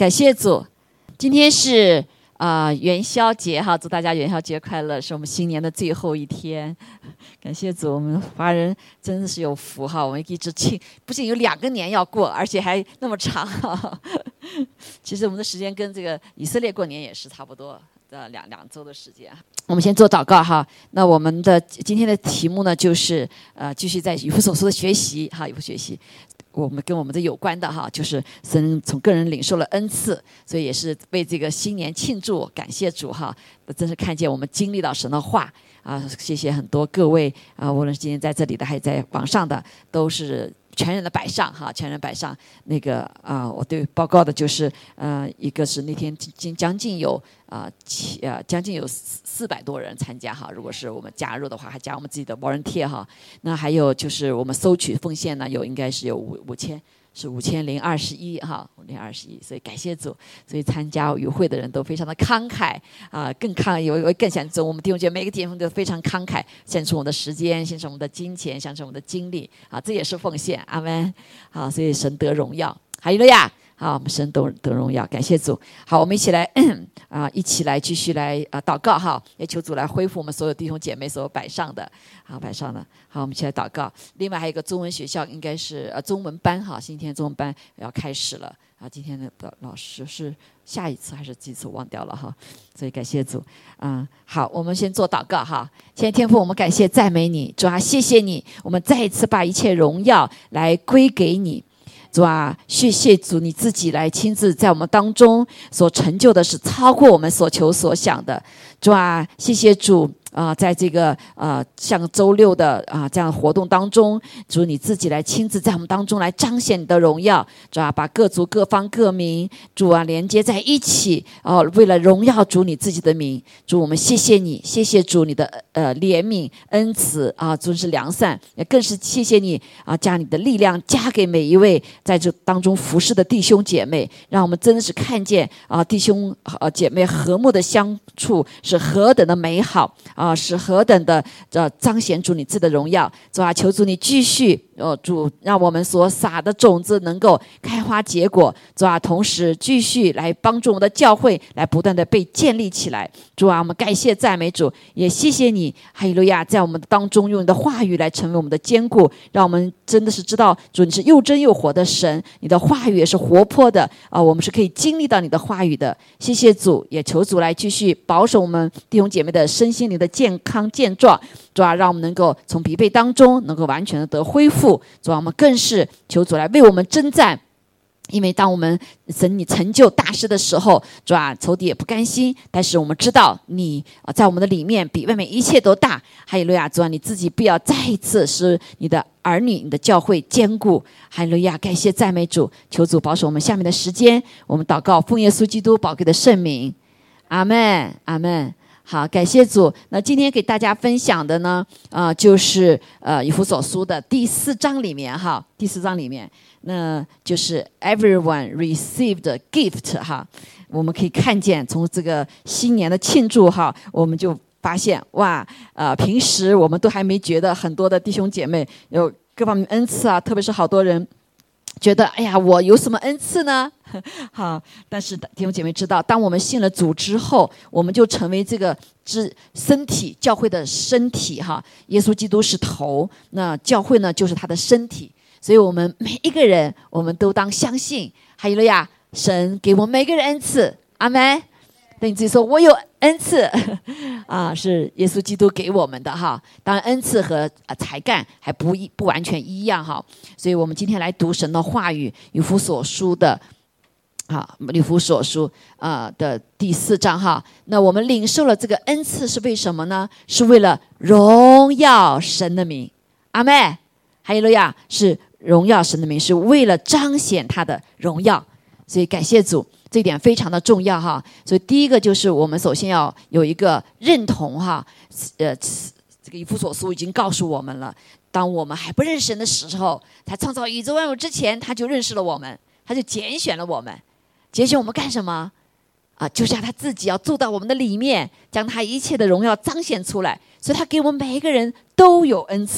感谢主，今天是元宵节哈，祝大家元宵节快乐，是我们新年的最后一天。感谢主，我们华人真的是有福哈，我们一直不仅有2个年要过，而且还那么长哈。其实我们的时间跟这个以色列过年也是差不多的两周的时间。我们先做祷告哈。那我们的今天的题目呢，就是继续在以弗所书的学习哈，以弗学习。我们跟我们的有关的哈，就是神从个人领受了恩赐，所以也是为这个新年庆祝，感谢主哈！真是看见我们经历到神的话啊！谢谢很多各位啊，无论是今天在这里的，还是在网上的，都是全人的摆上哈，全人摆上。那个我对报告的就是一个是那天将近有400多人参加哈，如果是我们加入的话，还加我们自己的 volunteer 哈。那还有就是我们收取奉献呢，应该是有5021哈，5021，所以感谢主，所以参加与会的人都非常的慷慨更显出我们弟兄姐妹每个弟兄都非常慷慨，献出我们的时间，献出我们的金钱，献出我们的精力啊，这也是奉献，阿们。好，所以神得荣耀，哈利路亚。好，我们神得荣耀，感谢主。好，我们一起来继续来祷告哈，也求主来恢复我们所有弟兄姐妹所摆上的。好，我们一起来祷告。另外还有一个中文学校，应该是中文班哈，今天中文班要开始了啊。今天的老师是下一次还是这次忘掉了哈，所以感谢主。好，我们先做祷告哈。现在天父，我们感谢赞美你，主啊，谢谢你，我们再一次把一切荣耀来归给你。主啊，谢谢主，你自己来亲自在我们当中所成就的是超过我们所求所想的。主啊，谢谢主在这个像周六的这样的活动当中，主你自己来亲自在我们当中来彰显你的荣耀。主啊，把各族各方各民主啊连接在一起为了荣耀主你自己的名。主，我们谢谢你，谢谢主你的怜悯恩慈主是良善，也更是谢谢你将你的力量加给每一位在这当中服侍的弟兄姐妹，让我们真的是看见弟兄姐妹和睦的相处是何等的美好是何等的彰显主你自己的荣耀。主啊，求主你继续主让我们所撒的种子能够开花结果。主啊，同时继续来帮助我们的教会来不断的被建立起来。主啊，我们感谢赞美主，也谢谢你，哈利路亚，在我们当中用你的话语来成为我们的坚固，让我们真的是知道主你是又真又活的神，你的话语也是活泼的我们是可以经历到你的话语的。谢谢主，也求主来继续保守我们弟兄姐妹的身心灵的健康健壮。主啊，让我们能够从疲惫当中能够完全的得恢复。主啊，我们更是求主来为我们征战，因为当我们神你成就大事的时候，主啊，仇敌也不甘心，但是我们知道你在我们的里面比外面一切都大。哈利路亚，主啊，你自己必要再一次使你的儿女你的教会坚固。哈利路亚，感谢赞美主，求主保守我们下面的时间，我们祷告奉耶稣基督宝贵的圣名，阿们，阿们。好，感谢主。那今天给大家分享的呢，就是以弗所书的第4章里面哈，第4章里面，那就是 everyone received gift 哈。我们可以看见从这个新年的庆祝哈，我们就发现哇，平时我们都还没觉得很多的弟兄姐妹有各方面恩赐特别是好多人觉得哎呀，我有什么恩赐呢？好，但是弟兄姐妹知道，当我们信了主之后，我们就成为这个身体，教会的身体哈。耶稣基督是头，那教会呢就是他的身体，所以我们每一个人，我们都当相信，哈利路亚，神给我们每个人恩赐，阿们。对你自己说，我有恩赐是耶稣基督给我们的哈。当然恩赐和才干还不完全一样哈。所以我们今天来读神的话语，以弗所书的以弗所书的第4章哈。那我们领受了这个恩赐是为什么呢？是为了荣耀神的名，阿们，哈利路亚，是荣耀神的名，是为了彰显他的荣耀。所以感谢主，这一点非常的重要哈。所以第一个就是我们首先要有一个认同哈。这个以弗所书已经告诉我们了，当我们还不认识神的时候，他创造宇宙万物之前，他就认识了我们，他就拣选了我们。拣选我们干什么就是他自己要住到我们的里面，将他一切的荣耀彰显出来。所以他给我们每一个人都有恩赐，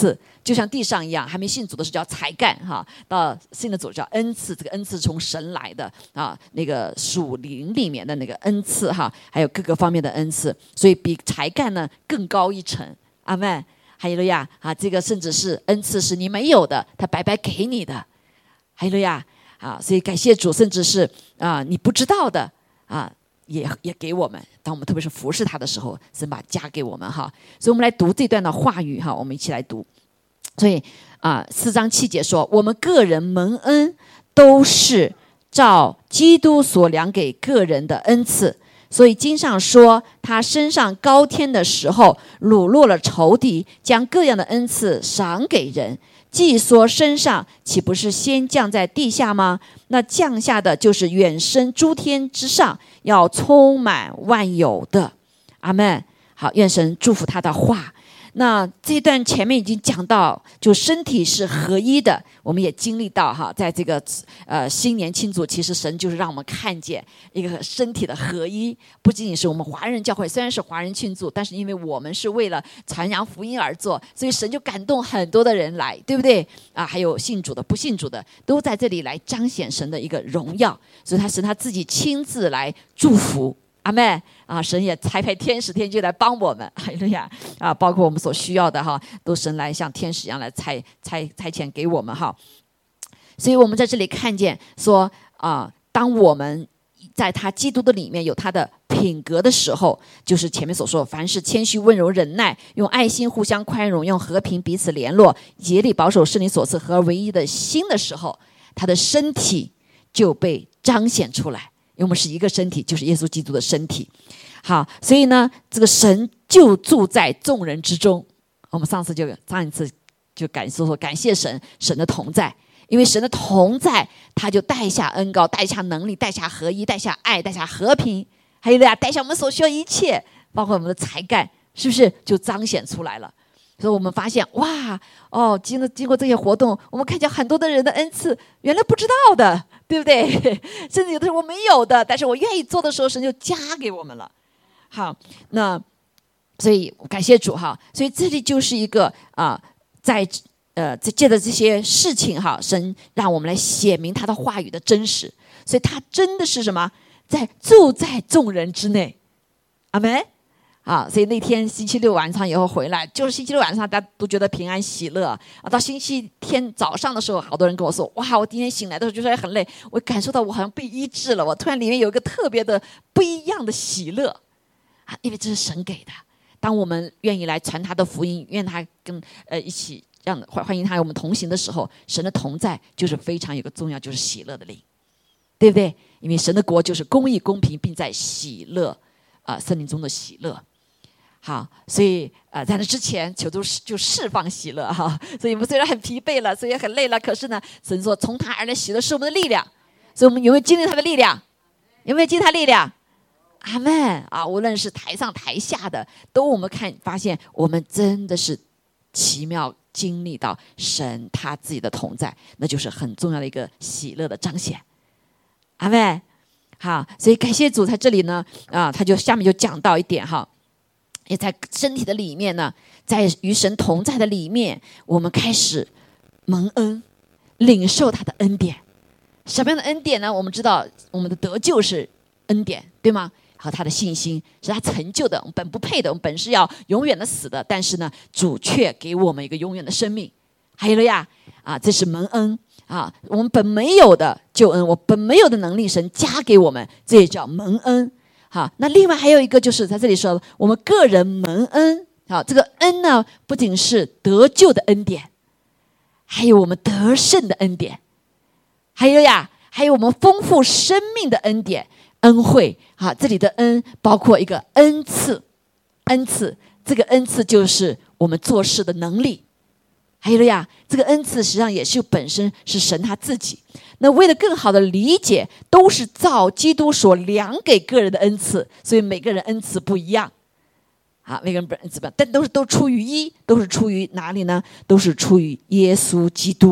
就像地上一样，还没信主的时候叫才干哈，到信的主叫恩赐，这个恩赐从神来的啊，那个属灵里面的那个恩赐哈，还有各个方面的恩赐，所以比才干呢更高一层。阿们，哈利路亚啊！这个甚至是恩赐是你没有的，他白白给你的，哈利路亚啊！所以感谢主，甚至是你不知道的也给我们。当我们特别是服侍他的时候，神把加给我们哈。所以我们来读这段的话语哈，我们一起来读。所以4章7节说，我们个人蒙恩都是照基督所量给个人的恩赐。所以经上说，他升上高天的时候，掳落了仇敌，将各样的恩赐赏给人。既说升上，岂不是先降在地下吗？那降下的就是远升诸天之上，要充满万有的。阿们。好，愿神祝福他的话。那这段前面已经讲到，就身体是合一的，我们也经历到哈，在这个新年庆祝，其实神就是让我们看见一个身体的合一，不仅仅是我们华人教会，虽然是华人庆祝，但是因为我们是为了传扬福音而做，所以神就感动很多的人来，对不对还有信主的、不信主的，都在这里来彰显神的一个荣耀，所以神他自己亲自来祝福。阿们神也差派天使天军来帮我们，哈利路亚包括我们所需要的哈，都神来像天使一样来差遣给我们哈。所以我们在这里看见说当我们在他基督的里面有他的品格的时候，就是前面所说，凡是谦虚、温柔、忍耐，用爱心互相宽容，用和平彼此联络，竭力保守圣灵所赐合而为一的心的时候，他的身体就被彰显出来。因为我们是一个身体，就是耶稣基督的身体。好，所以呢，这个神就住在众人之中。我们上一次就感谢神的同在，因为神的同在，他就带下恩膏，带下能力，带下合一，带下爱，带下和平，还有带下我们所需要一切，包括我们的才干，是不是就彰显出来了？所以我们发现哇经过这些活动，我们看见很多的人的恩赐原来不知道的，对不对？甚至有的时候我没有的，但是我愿意做的时候，神就加给我们了。好，那所以感谢主哈。所以这里就是一个在借着这些事情哈，神让我们来写明他的话语的真实。所以他真的是什么？住在众人之内。阿们。所以那天星期六晚上以后回来，就是星期六晚上大家都觉得平安喜乐到星期天早上的时候，好多人跟我说，哇，我今天醒来的时候就说很累，我感受到我好像被医治了，我突然里面有一个特别的不一样的喜乐因为这是神给的。当我们愿意来传他的福音，愿他跟一起让欢迎他与我们同行的时候，神的同在就是非常有个重要，就是喜乐的灵，对不对？因为神的国就是公义、公平，并在喜乐森林中的喜乐。好，所以在那之前求主就释放喜乐哈。所以我们虽然很疲惫了，所以很累了，可是呢，神说从他而来喜乐是我们的力量。所以我们有没有经历他的力量？有没有经历他力量？阿们无论是台上台下的，都我们发现我们真的是奇妙经历到神他自己的同在，那就是很重要的一个喜乐的彰显。阿们。好，所以感谢主在这里呢他就下面就讲到一点哈。也在身体的里面呢，在与神同在的里面，我们开始蒙恩，领受他的恩典。什么样的恩典呢？我们知道我们的得救是恩典，对吗？和他的信心是他成就的，我们本不配的，我们本是要永远的死的，但是呢，主却给我们一个永远的生命。哈利路亚这是蒙恩我们本没有的救恩，我本没有的能力，神加给我们，这也叫蒙恩。好，那另外还有一个就是在这里说，我们个人蒙恩。好，这个恩呢，不仅是得救的恩典，还有我们得胜的恩典，还有我们丰富生命的恩典、恩惠。这里的恩包括一个恩赐，这个恩赐就是我们做事的能力。这个恩赐实际上也是本身是神他自己。那为了更好的理解，都是照基督所量给个人的恩赐，所以每个人恩赐不一样每个人恩赐不一样，但都出于一，都是出于哪里呢？都是出于耶稣基督。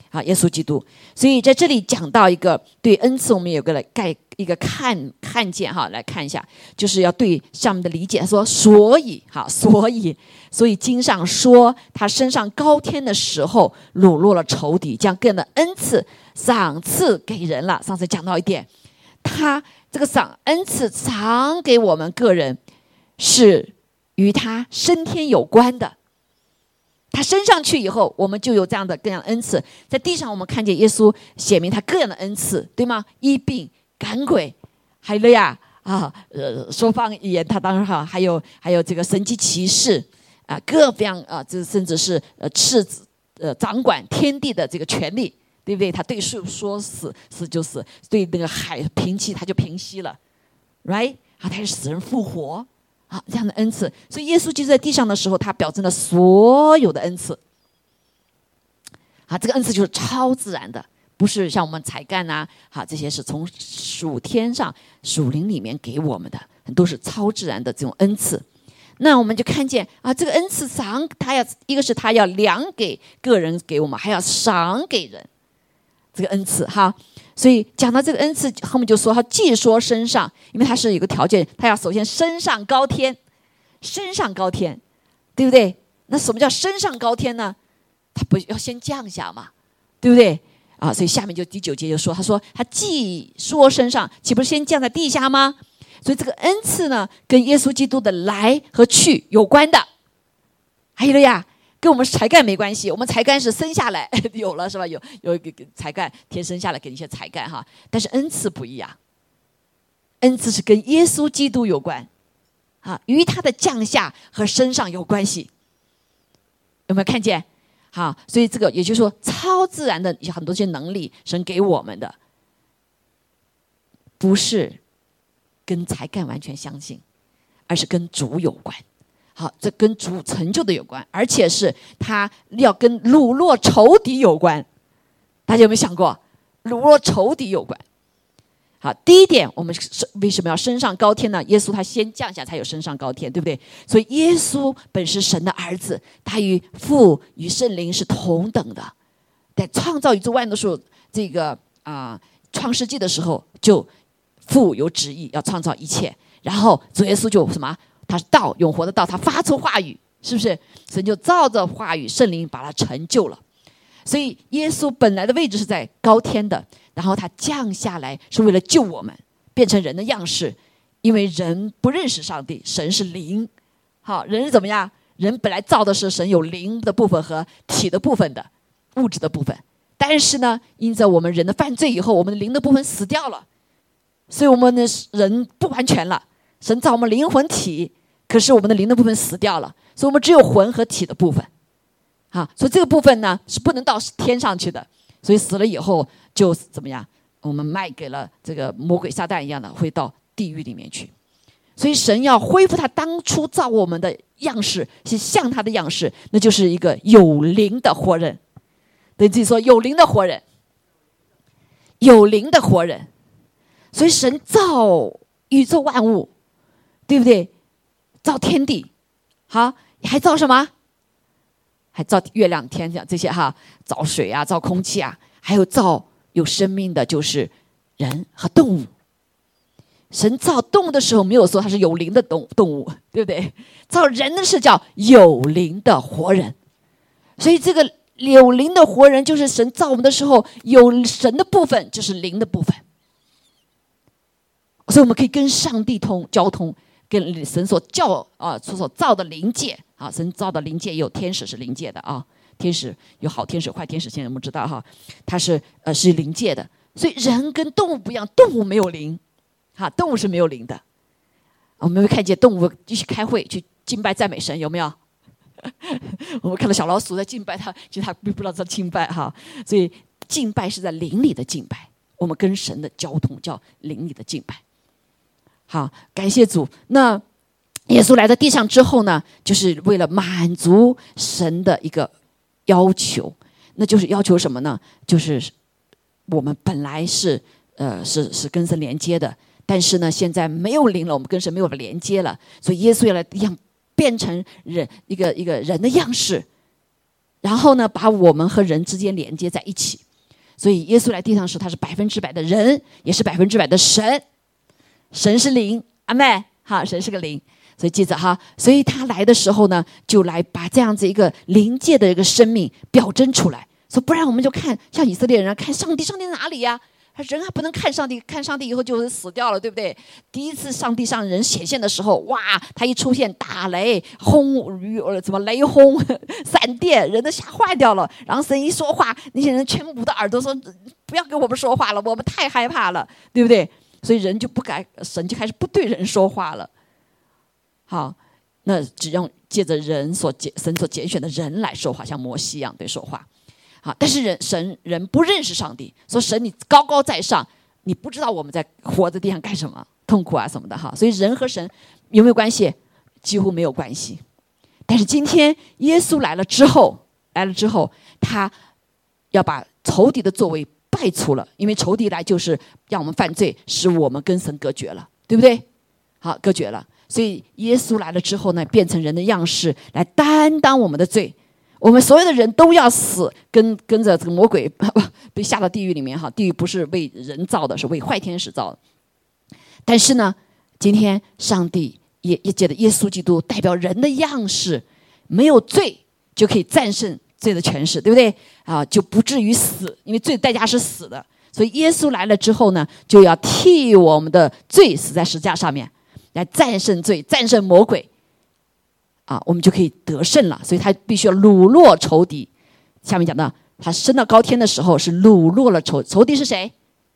啊，耶稣基督。所以在这里讲到一个对恩赐，我们有个看见哈，来看一下，就是要对上面的理解。他说，所以经上说，他升上高天的时候，掳落了仇敌，将各样的恩赐赏赐给人了。上次讲到一点，他这个恩赐赏给我们个人，是与他升天有关的。他升上去以后，我们就有这样的各样恩赐。在地上，我们看见耶稣写明他各样的恩赐，对吗？医病、赶鬼，还有呀说方言，他当然还有这个神迹奇事啊，各样啊，这甚至是赤子掌管天地的这个权利，对不对？他对树说死就死，对那个海平息他就平息了 ，right？ 啊，他是死人复活。啊，这样的恩赐，所以耶稣就在地上的时候，他表征了所有的恩赐。啊，这个恩赐就是超自然的，不是像我们才干啊，这些是从属天上、属灵里面给我们的，都是超自然的这种恩赐。那我们就看见啊，这个恩赐赏，一个是他要量给个人给我们，还要赏给人这个恩赐哈。所以讲到这个恩赐，后面就说他既说升上，因为他是有个条件，他要首先升上高天，对不对？那什么叫升上高天呢？他不要先降下嘛，对不对？啊，所以下面就第9节就说，他说他既说升上，岂不是先降在地下吗？所以这个恩赐呢，跟耶稣基督的来和去有关的。还有了呀，跟我们才干没关系，我们才干是生下来有了是吧？有一个才干，天生下来给你一些才干哈。但是恩赐不一样，恩赐是跟耶稣基督有关，啊，与他的降下和升上有关系。有没有看见？好，所以这个也就是说，超自然的很多些能力，神给我们的，不是跟才干完全相信，而是跟主有关。好，这跟主成就的有关，而且是他要跟掳落仇敌有关。大家有没有想过，掳落仇敌有关？好，第一点，我们为什么要升上高天呢？耶稣他先降下，才有升上高天，对不对？所以耶稣本是神的儿子，他与父与圣灵是同等的。在创造宇宙万物的时候，这个创世纪的时候，就父有旨意要创造一切，然后主耶稣就什么？他是道，永活的道，他发出话语，是不是？神就照着话语，圣灵把它成就了。所以耶稣本来的位置是在高天的，然后他降下来是为了救我们，变成人的样式。因为人不认识上帝，神是灵。好，人是怎么样？人本来造的是神有灵的部分和体的部分的，物质的部分。但是呢，因着我们人的犯罪以后，我们的灵的部分死掉了，所以我们的人不完全了。神造我们灵魂体，可是我们的灵的部分死掉了，所以我们只有魂和体的部分。所以这个部分呢是不能到天上去的，所以死了以后就怎么样？我们卖给了这个魔鬼撒旦一样的，会到地狱里面去。所以神要恢复他当初造我们的样式，是像他的样式，那就是一个有灵的活人。对自己说，有灵的活人，有灵的活人。所以神造宇宙万物，对不对？造天地，好，还造什么？还造月亮、天这些哈，造水啊，造空气啊，还有造有生命的，就是人和动物。神造动物的时候没有说它是有灵的动物，对不对？造人的是叫有灵的活人。所以这个有灵的活人，就是神造我们的时候，有神的部分就是灵的部分。所以我们可以跟上帝交通，跟神所造的灵界啊，神造的灵界也有天使是灵界的啊，天使有好天使、坏天使，现在我们知道哈，它是灵界的。所以人跟动物不一样，动物没有灵，动物是没有灵的。我们会看见动物一起开会去敬拜赞美神，有没有？我们看到小老鼠在敬拜他，其实他并不知道在敬拜哈。所以敬拜是在灵里的敬拜，我们跟神的交通叫灵里的敬拜。好，感谢主。那耶稣来到地上之后呢，就是为了满足神的一个要求，那就是要求什么呢？就是我们本来是跟神连接的，但是呢，现在没有灵了，我们跟神没有连接了，所以耶稣要来地上变成人一个人的样式， 然后呢，把我们和人之间连接在一起。所以耶稣来地上时，他是100%的人，也是100%的神。神是灵，阿们，好，神是个灵。所以记着哈，所以他来的时候呢，就来把这样子一个灵界的一个生命表征出来。说不然我们就看像以色列人看上帝，上帝在哪里呀？人还不能看上帝，看上帝以后就死掉了，对不对？第一次上帝向人显现的时候，哇，他一出现打雷、轰雨，怎么雷轰、闪电，人都吓坏掉了。然后神一说话，那些人全部捂着耳朵说：“不要跟我们说话了，我们太害怕了，对不对？”所以人就不敢，神就开始不对人说话了。好，那只用借着神所拣选的人来说话，像摩西一样对说话。好，但是人不认识上帝，说神你高高在上，你不知道我们在活在地上干什么，痛苦啊什么的哈。所以人和神有没有关系？几乎没有关系。但是今天耶稣来了之后，他要把仇敌的作为败除了，因为仇敌来就是让我们犯罪，使我们跟神隔绝了，对不对？好，隔绝了。所以耶稣来了之后呢，变成人的样式来担当我们的罪。我们所有的人都要死，跟着这个魔鬼被下到地狱里面哈。地狱不是为人造的，是为坏天使造的。但是呢，今天上帝也借着耶稣基督代表人的样式，没有罪就可以战胜罪的权势，对不对啊？就不至于死，因为罪的代价是死的。所以耶稣来了之后呢，就要替我们的罪死在十字架上面，来战胜罪，战胜魔鬼。我们就可以得胜了。所以他必须要掳落仇敌。下面讲到他升到高天的时候是掳落了仇敌是谁？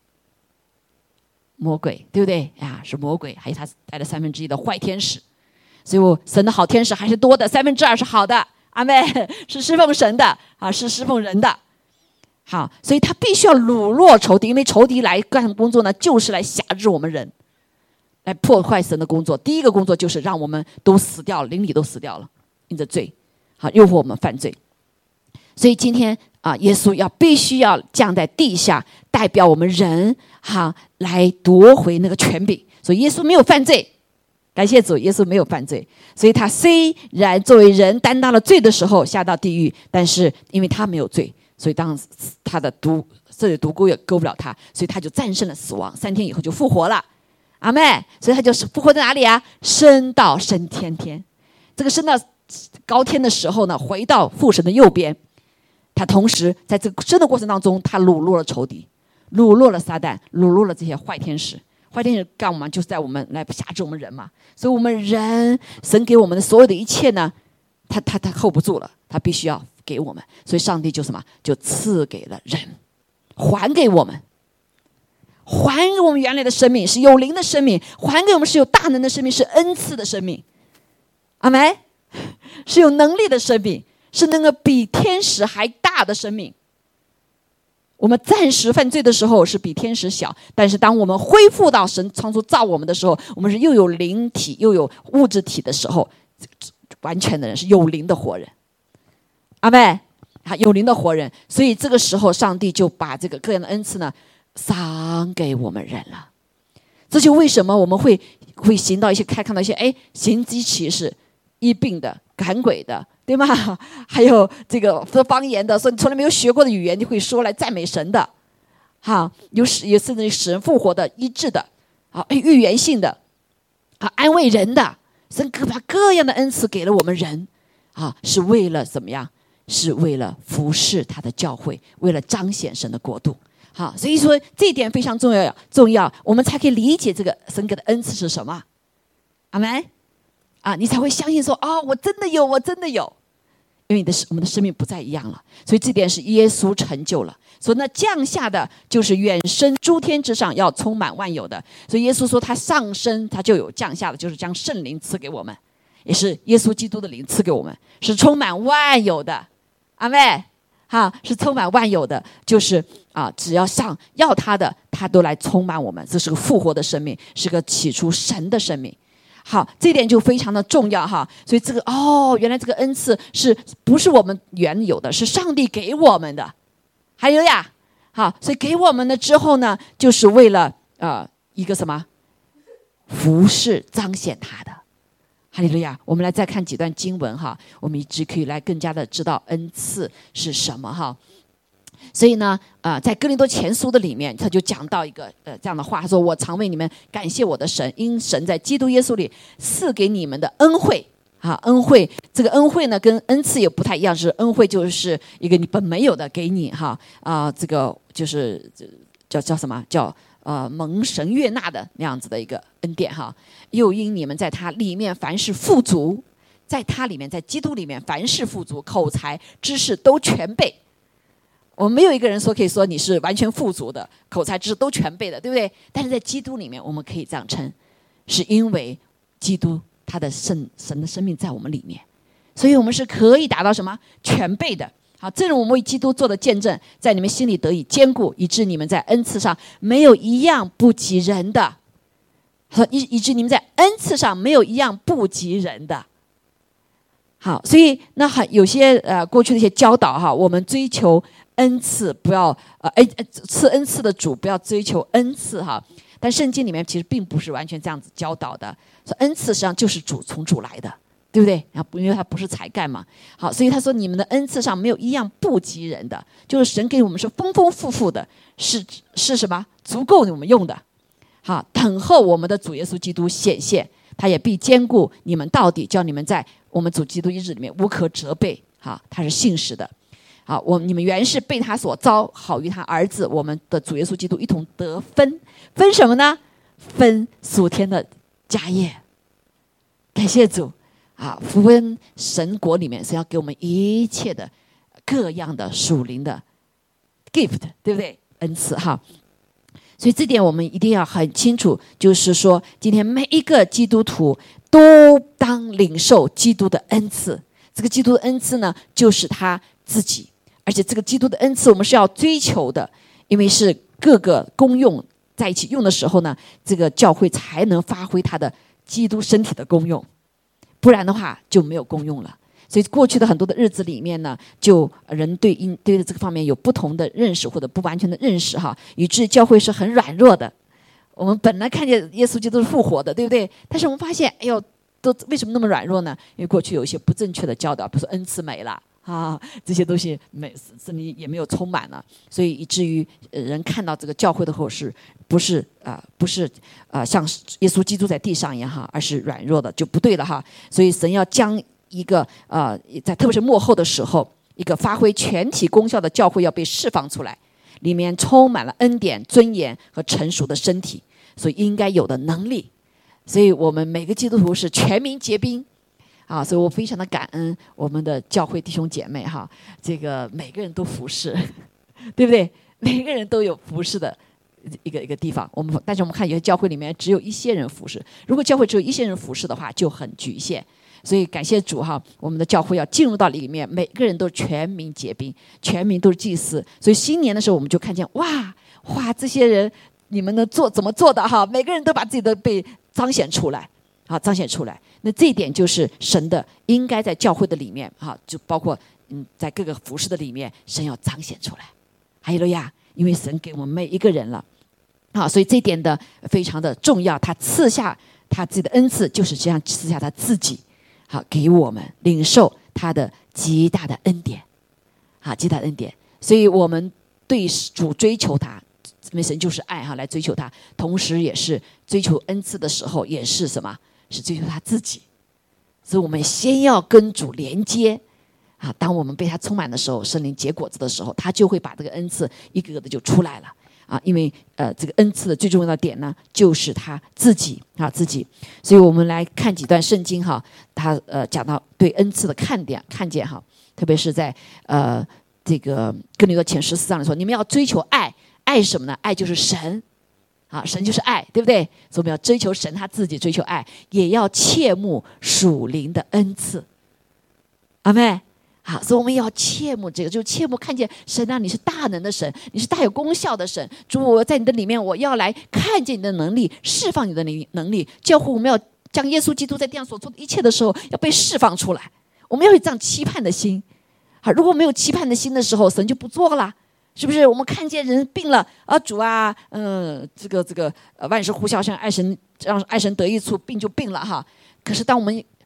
魔鬼，对不对呀？是魔鬼，还有他带了1/3的坏天使。所以神的好天使还是多的，2/3是好的，阿们，是侍奉神的啊，是侍奉人的。好，所以他必须要掳落仇敌，因为仇敌来干什么工作呢？就是来辖制我们人，来破坏神的工作。第一个工作就是让我们都死掉了，灵里都死掉了，因着罪，好诱惑我们犯罪。所以今天耶稣必须要降在地下，代表我们人来夺回那个权柄。所以耶稣没有犯罪，感谢主，耶稣没有犯罪。所以他虽然作为人担当了罪的时候下到地狱，但是因为他没有罪，所以当他的毒钩也勾不了他，所以他就战胜了死亡，3天以后就复活了。阿们，所以他就是复活在哪里啊？升到升天。这个升到高天的时候呢，回到父神的右边。他同时在这个升的过程当中，他掳落了仇敌，掳落了撒旦，掳落了这些坏天使。坏天使干嘛？就是在我们来辖制我们人嘛。所以我们人，神给我们的所有的一切呢，他 hold 不住了，他必须要给我们。所以上帝就什么？就赐给了人，还给我们。还给我们原来的生命，是有灵的生命，还给我们是有大能的生命，是恩赐的生命。阿们，是有能力的生命，是那个比天使还大的生命。我们暂时犯罪的时候是比天使小，但是当我们恢复到神当初造我们的时候，我们是又有灵体又有物质体的时候，完全的人是有灵的活人。阿们，有灵的活人。所以这个时候上帝就把这个各样的恩赐呢赏给我们人了。这就为什么我们会行到一些看到一些行机奇事、医病的、赶鬼的，对吗？还有这个说方言的，说你从来没有学过的语言你会说来赞美神的，有甚至使人复活的、医治的，预言性的，安慰人的。神把各样的恩赐给了我们人，是为了怎么样？是为了服侍他的教会，为了彰显神的国度。好，所以说这一点非常重要，我们才可以理解这个神给的恩赐是什么。阿们，你才会相信说，我真的有，因为我们的生命不再一样了。所以这点是耶稣成就了。所以那降下的就是远升诸天之上，要充满万有的。所以耶稣说他上升，他就有降下的，就是将圣灵赐给我们，也是耶稣基督的灵赐给我们，是充满万有的。阿们，是充满万有的，就是只要上要他的，他都来充满我们。这是个复活的生命，是个起初神的生命。好，这点就非常的重要哈。所以这个原来这个恩赐是不是我们原有的，是上帝给我们的。还有呀，好，所以给我们了之后呢，就是为了一个什么服侍彰显他的。 哈利路亚！我们来再看几段经文哈，我们一直可以来更加的知道恩赐是什么哈。所以呢，在哥林多前书的里面，他就讲到一个这样的话，他说：“我常为你们感谢我的神，因神在基督耶稣里赐给你们的恩惠。”恩惠，这个恩惠呢，跟恩赐也不太一样，是恩惠就是一个你本没有的给你这个就是叫什么叫蒙神悦纳的那样子的一个恩典哈。又因你们在他里面凡事富足，在他里面，在基督里面凡事富足，口才知识都全备。我们没有一个人可以说你是完全富足的，口才知识都全备的，对不对？但是在基督里面，我们可以这样称，是因为基督他的神的生命在我们里面，所以我们是可以达到什么全备的。好，正如我们为基督做的见证，在你们心里得以坚固，以致你们在恩赐上没有一样不及人的。以致你们在恩赐上没有一样不及人的。好，所以那有些过去的一些教导哈，我们追求恩赐，不要赐恩赐的主不要追求恩赐哈。但圣经里面其实并不是完全这样子教导的，说恩赐实际上就是从主来的，对不对？因为它不是才干嘛。好，所以他说你们的恩赐上没有一样不及人的，就是神给我们是丰丰富富的，是什么？足够我们用的。好，等候我们的主耶稣基督显现，他也必坚固你们到底，叫你们在我们主基督一日里面无可责备。好，他是信实的。好，你们原是被他所招，好与他儿子我们的主耶稣基督一同得分什么呢？分属天的家业。感谢主啊！分神国里面是要给我们一切的各样的属灵的 gift， 对不对？恩赐哈。所以这点我们一定要很清楚，就是说今天每一个基督徒都当领受基督的恩赐。这个基督的恩赐呢，就是他自己，而且这个基督的恩赐我们是要追求的，因为是各个功用在一起用的时候呢，这个教会才能发挥它的基督身体的功用，不然的话就没有功用了。所以过去的很多的日子里面呢，就人对这个方面有不同的认识或者不完全的认识哈，以致教会是很软弱的。我们本来看见耶稣基督是复活的，对不对？但是我们发现，哎呦，都为什么那么软弱呢？因为过去有一些不正确的教导，比如说恩赐没了这些东西圣灵也没有充满了，所以以至于人看到这个教会的后不是像耶稣基督在地上一样而是软弱的，就不对了哈。所以神要将一个在特别是末后的时候，一个发挥全体功效的教会要被释放出来，里面充满了恩典、尊严和成熟的身体，所以应该有的能力。所以我们每个基督徒是全民皆兵所以我非常的感恩我们的教会弟兄姐妹这个每个人都服侍，对不对？每个人都有服侍的一个地方。但是我们看有些教会里面只有一些人服侍，如果教会只有一些人服侍的话，就很局限。所以感谢主我们的教会要进入到里面，每个人都全民皆兵，全民都是祭司。所以新年的时候我们就看见哇，这些人你们能怎么做的每个人都把自己的被彰显出来彰显出来。那这一点就是神的应该在教会的里面就包括在各个服事的里面，神要彰显出来。哈利路亚！因为神给我们每一个人了所以这一点的非常的重要。他赐下他自己的恩赐，就是这样赐下他自己给我们领受他的极大的恩典极大的恩典。所以我们对主追求他，因为神就是爱来追求他，同时也是追求恩赐的时候，也是什么？是追求他自己。所以我们先要跟主连接当我们被他充满的时候，圣灵结果子的时候，他就会把这个恩赐一个个的就出来了因为这个恩赐的最重要的点呢，就是他自己自己。所以我们来看几段圣经他讲到对恩赐的看见特别是在这个哥林多前14章里说，你们要追求爱。爱是什么呢？爱就是神神就是爱，对不对？所以我们要追求神他自己，追求爱，也要切慕属灵的恩赐。阿们。所以我们要切慕这个，就是切慕看见神你是大能的神，你是大有功效的神。主，我在你的里面，我要来看见你的能力，释放你的能力。教会我们要将耶稣基督在地上所做的一切的时候，要被释放出来。我们要有这样期盼的心如果没有期盼的心的时候，神就不做了。是不是我们看见人病了主这个万事呼啸，像让爱神得益处，病就病了可是当我们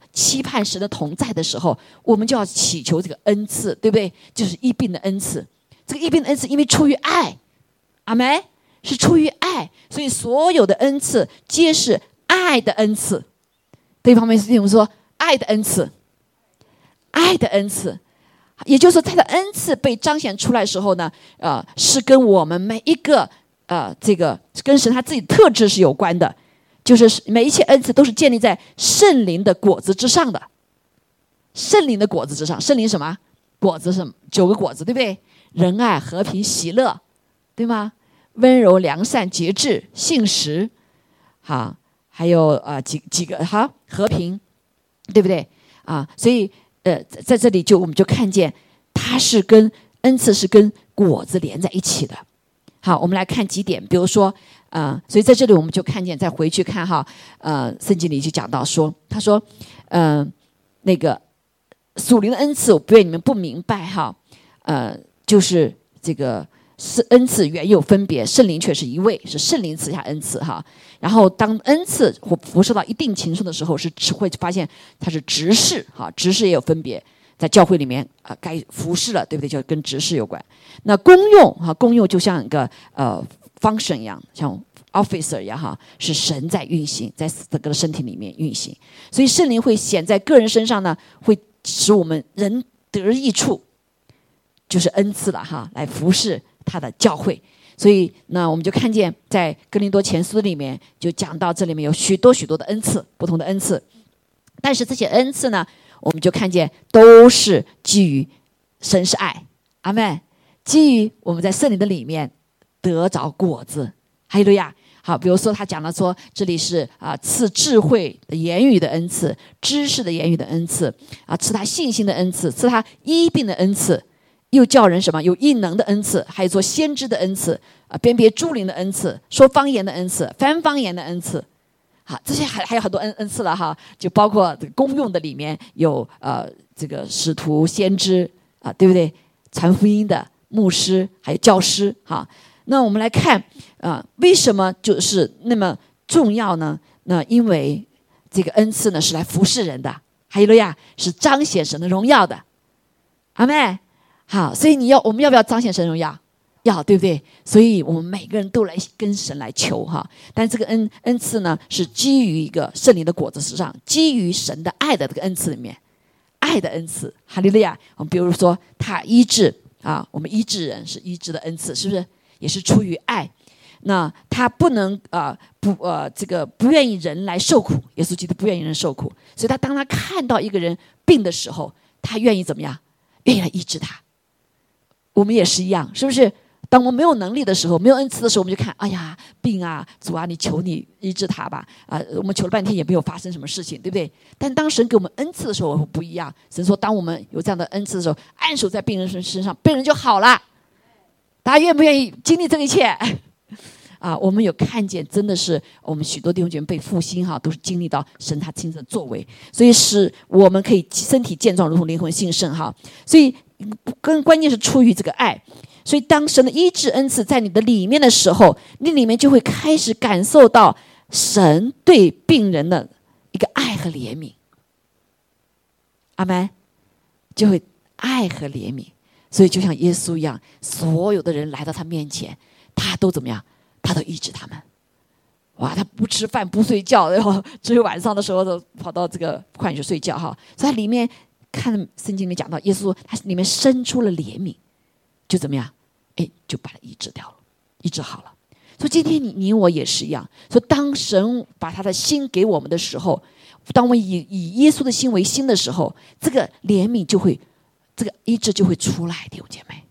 期盼神的同在的时候，我们就要祈求这个恩赐，对不对？就是医病的恩赐。这个医病的恩赐，因为出于爱，阿们，是出于爱，所以所有的恩赐皆是爱的恩赐。对方面是我们说爱的恩赐，爱的恩赐，也就是说，他的恩赐被彰显出来的时候呢，是跟我们每一个这个跟神他自己特质是有关的。就是每一切恩赐都是建立在圣灵的果子之上的，圣灵的果子之上。圣灵什么果子？是9个果子，对不对？仁爱、和平、喜乐，对吗？温柔、良善、节制、信实，好，还有几个哈和平，对不对啊？所以在这里我们就看见，它是跟恩赐是跟果子连在一起的。好，我们来看几点，比如说所以在这里我们就看见，再回去看哈，圣经里就讲到说，他说，那个属灵的恩赐，我不愿你们不明白哈，就是这个是恩赐原有分别，圣灵却是一位，是圣灵赐下恩赐哈。然后当恩赐或辐射到一定情况的时候，是会发现它是执事哈，执事也有分别，在教会里面该服侍了，对不对？就跟执事有关。那功用哈，功用就像一个function 一样，像 officer 一样哈，是神在运行，在整个身体里面运行。所以圣灵会显在个人身上呢，会使我们人得益处，就是恩赐了哈，来服侍他的教会。所以呢，我们就看见在哥林多前书里面就讲到，这里面有许多许多的恩赐，不同的恩赐。但是这些恩赐呢，我们就看见都是基于神是爱，阿们，基于我们在圣灵的里面得着果子，哈利路亚。好，比如说他讲了说，这里是赐智慧的言语的恩赐，知识的言语的恩赐赐他信心的恩赐，赐他医病的恩赐，又叫人什么有异能的恩赐，还有做先知的恩赐辨别诸灵的恩赐，说方言的恩赐，翻方言的恩赐。好，这些还有很多恩赐了哈，就包括这个公用的里面有这个使徒、先知对不对？传福音的牧师，还有教师哈。那我们来看为什么就是那么重要呢？那因为这个恩赐呢是来服侍人的，哈利路亚，是彰显神的荣耀的，阿们。好，所以我们要不要彰显神荣耀？要，对不对？所以我们每个人都来跟神来求哈。但这个恩赐呢，是基于一个圣灵的果子之上，基于神的爱的这个恩赐里面，爱的恩赐，哈利路亚。我们比如说他医治我们医治人是医治的恩赐，是不是？也是出于爱。那他不能这个不愿意人来受苦，耶稣基督不愿意人受苦，所以当他看到一个人病的时候，他愿意怎么样？愿意来医治他。我们也是一样，是不是？当我们没有能力的时候，没有恩赐的时候，我们就看，哎呀，病啊，主啊，你求你医治他吧。我们求了半天也没有发生什么事情，对不对？但当神给我们恩赐的时候不一样。神说，当我们有这样的恩赐的时候，按手在病人身上，病人就好了。大家愿不愿意经历这一切？我们有看见，真的是我们许多弟兄姐妹被复兴都是经历到神他亲自的作为，所以使我们可以身体健壮，如同灵魂兴盛所以更关键是出于这个爱。所以当神的医治恩赐在你的里面的时候，你里面就会开始感受到神对病人的一个爱和怜悯，阿们，就会爱和怜悯。所以就像耶稣一样，所有的人来到他面前，他都怎么样？他都医治他们。哇，他不吃饭不睡觉，然后只有晚上的时候都跑到这个旷野去睡觉所以他里面看圣经里面讲到，耶稣他里面生出了怜悯，就怎么样？就把它医治掉了，医治好了。所以今天你我也是一样。所以当神把他的心给我们的时候，当我们以耶稣的心为心的时候，这个怜悯就会，这个医治就会出来，弟兄姐妹。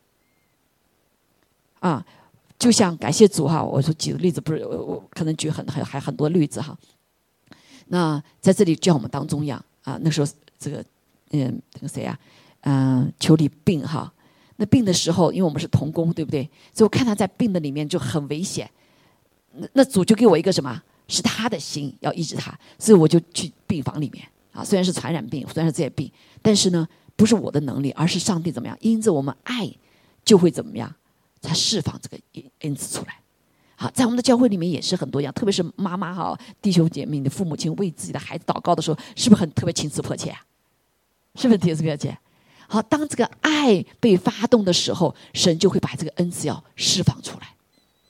就像感谢主我说举个例子，不是我可能举还很多例子那在这里就像我们当中一样那时候这个那个谁求你病那病的时候，因为我们是同工，对不对？所以我看他在病的里面就很危险。那主就给我一个什么？是他的心要医治他，所以我就去病房里面虽然是传染病，虽然是这些病，但是呢，不是我的能力，而是上帝怎么样？因着我们爱，就会怎么样？他释放这个恩赐出来好，在我们的教会里面也是很多样，特别是妈妈哈，弟兄姐妹的父母亲为自己的孩子祷告的时候，是不是很特别情辞迫切啊？是不是情辞迫切？好，当这个爱被发动的时候，神就会把这个恩赐要释放出来。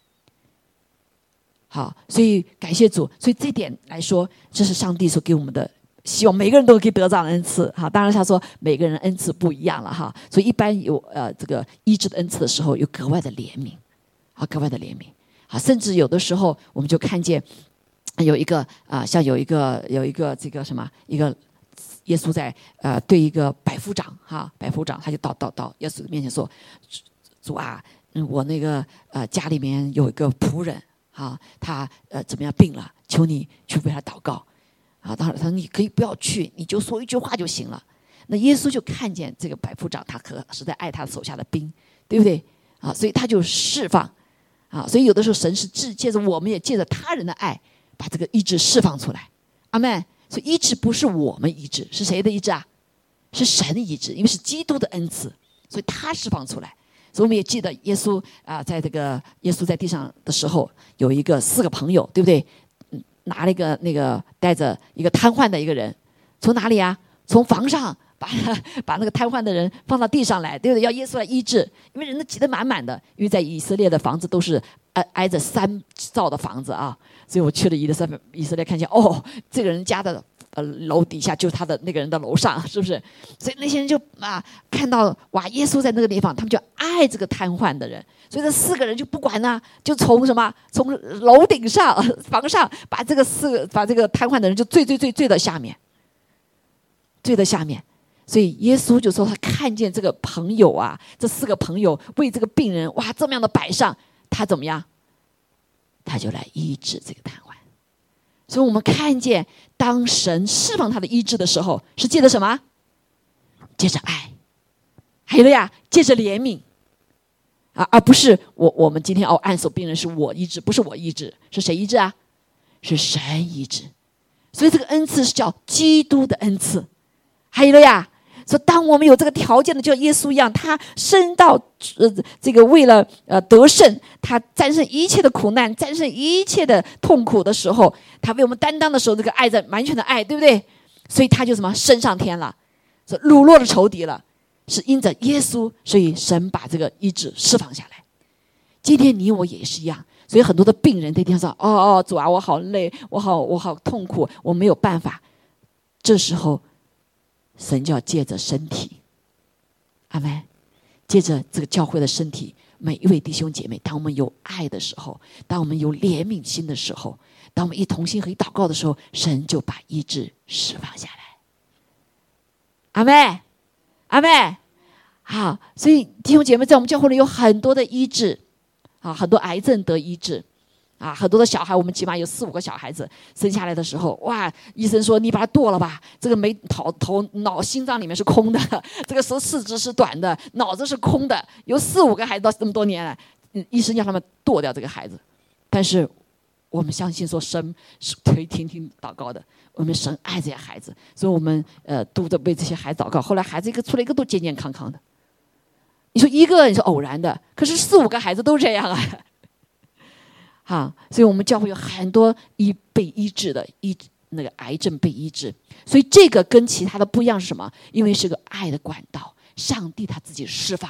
好，所以感谢主，所以这点来说，这是上帝所给我们的，希望每个人都可以得到恩赐。哈，当然他说每个人恩赐不一样了哈，所以一般有这个医治的恩赐的时候，有格外的怜悯，啊，格外的怜悯。好，甚至有的时候我们就看见有一个像有一个这个什么一个耶稣在对一个百夫长哈，百夫长他就到耶稣的面前说，主啊，我那个家里面有一个仆人。啊，他怎么样病了？求你去为他祷告。啊，当然他说你可以不要去，你就说一句话就行了。那耶稣就看见这个百夫长，他可实在爱他手下的兵，对不对？啊，所以他就释放。啊，所以有的时候神是借着我们也借着他人的爱，把这个医治释放出来。阿们。所以医治不是我们医治，是谁的医治啊？是神的医治，因为是基督的恩赐，所以他释放出来。所以我们也记得耶稣在这个耶稣在地上的时候，有4个朋友，对不对？拿了一个带着一个瘫痪的一个人，从哪里啊？从房上把那个瘫痪的人放到地上来，对不对？要耶稣来医治，因为人都挤得满满的，因为在以色列的房子都是挨着山造的房子啊，所以我去了以色列，看见这个人家的。楼底下就是他的那个人的楼上，是不是？所以那些人就看到哇，耶稣在那个地方，他们就爱这个瘫痪的人。所以这4个人就不管呢，就从楼顶上房上把这个瘫痪的人就坠到下面，坠到下面。所以耶稣就说他看见这个朋友啊，这4个朋友为这个病人哇这么样的摆上，他怎么样？他就来医治这个瘫痪。所以我们看见，当神释放他的医治的时候，是借着什么？借着爱，还有呀，借着怜悯，而不是我们今天按手病人是我医治，不是我医治，是谁医治啊？是神医治。所以这个恩赐是叫基督的恩赐，还有呀。说当我们有这个条件的，就像耶稣一样，他升到这个为了得胜，他战胜一切的苦难，战胜一切的痛苦的时候，他为我们担当的时候，这个爱在完全的爱，对不对？所以他就什么升上天了，是掳落了仇敌了，是因着耶稣，所以神把这个医治释放下来。今天你我也是一样，所以很多的病人在地上说主啊，我好累，我好痛苦，我没有办法。这时候神就要借着身体，阿们，借着这个教会的身体，每一位弟兄姐妹，当我们有爱的时候，当我们有怜悯心的时候，当我们一同心合一祷告的时候，神就把医治释放下来。阿们，阿们。好，所以弟兄姐妹，在我们教会里有很多的医治，很多癌症得医治。很多的小孩，我们起码有4-5个小孩子生下来的时候，哇，医生说你把它剁了吧，这个脑心脏里面是空的，这个四肢是短的，脑子是空的，有4-5个孩子到这么多年了，医生叫他们剁掉这个孩子。但是我们相信说神是可以听祷告的，我们神爱这些孩子，所以我们都在为这些孩子祷告。后来孩子出来一个都健健康康的。你说一个你说偶然的，可是4-5个孩子都这样啊。所以我们教会有很多被医治的那个癌症被医治，所以这个跟其他的不一样是什么？因为是个爱的管道，上帝他自己释放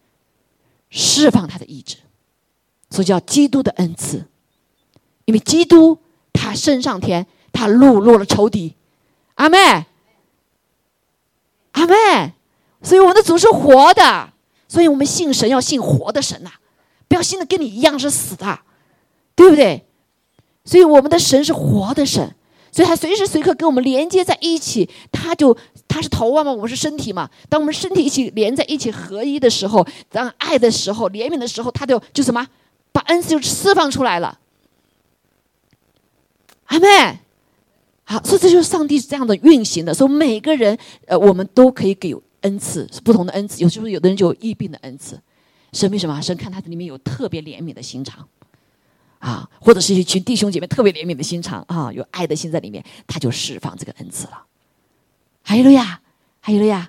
他的医治，所以叫基督的恩赐。因为基督他升上天，他掳落了仇敌，阿们，阿们。所以我们的主是活的，所以我们信神要信活的神不要信的跟你一样是死的。对不对？所以我们的神是活的神，所以他随时随刻跟我们连接在一起，他是头嘛，我们是身体嘛。当我们身体一起连在一起合一的时候，当爱的时候，怜悯的时候，他就什么，把恩赐就释放出来了。阿们。好，所以这就是上帝是这样的运行的。所以每个人我们都可以给恩赐，是不同的恩赐。有的人就有疫病的恩赐，神为什么？神看他里面有特别怜悯的心肠。或者是一群弟兄姐妹特别怜悯的心肠有爱的心在里面，他就释放这个恩赐了。哈利路亚，哈利路亚。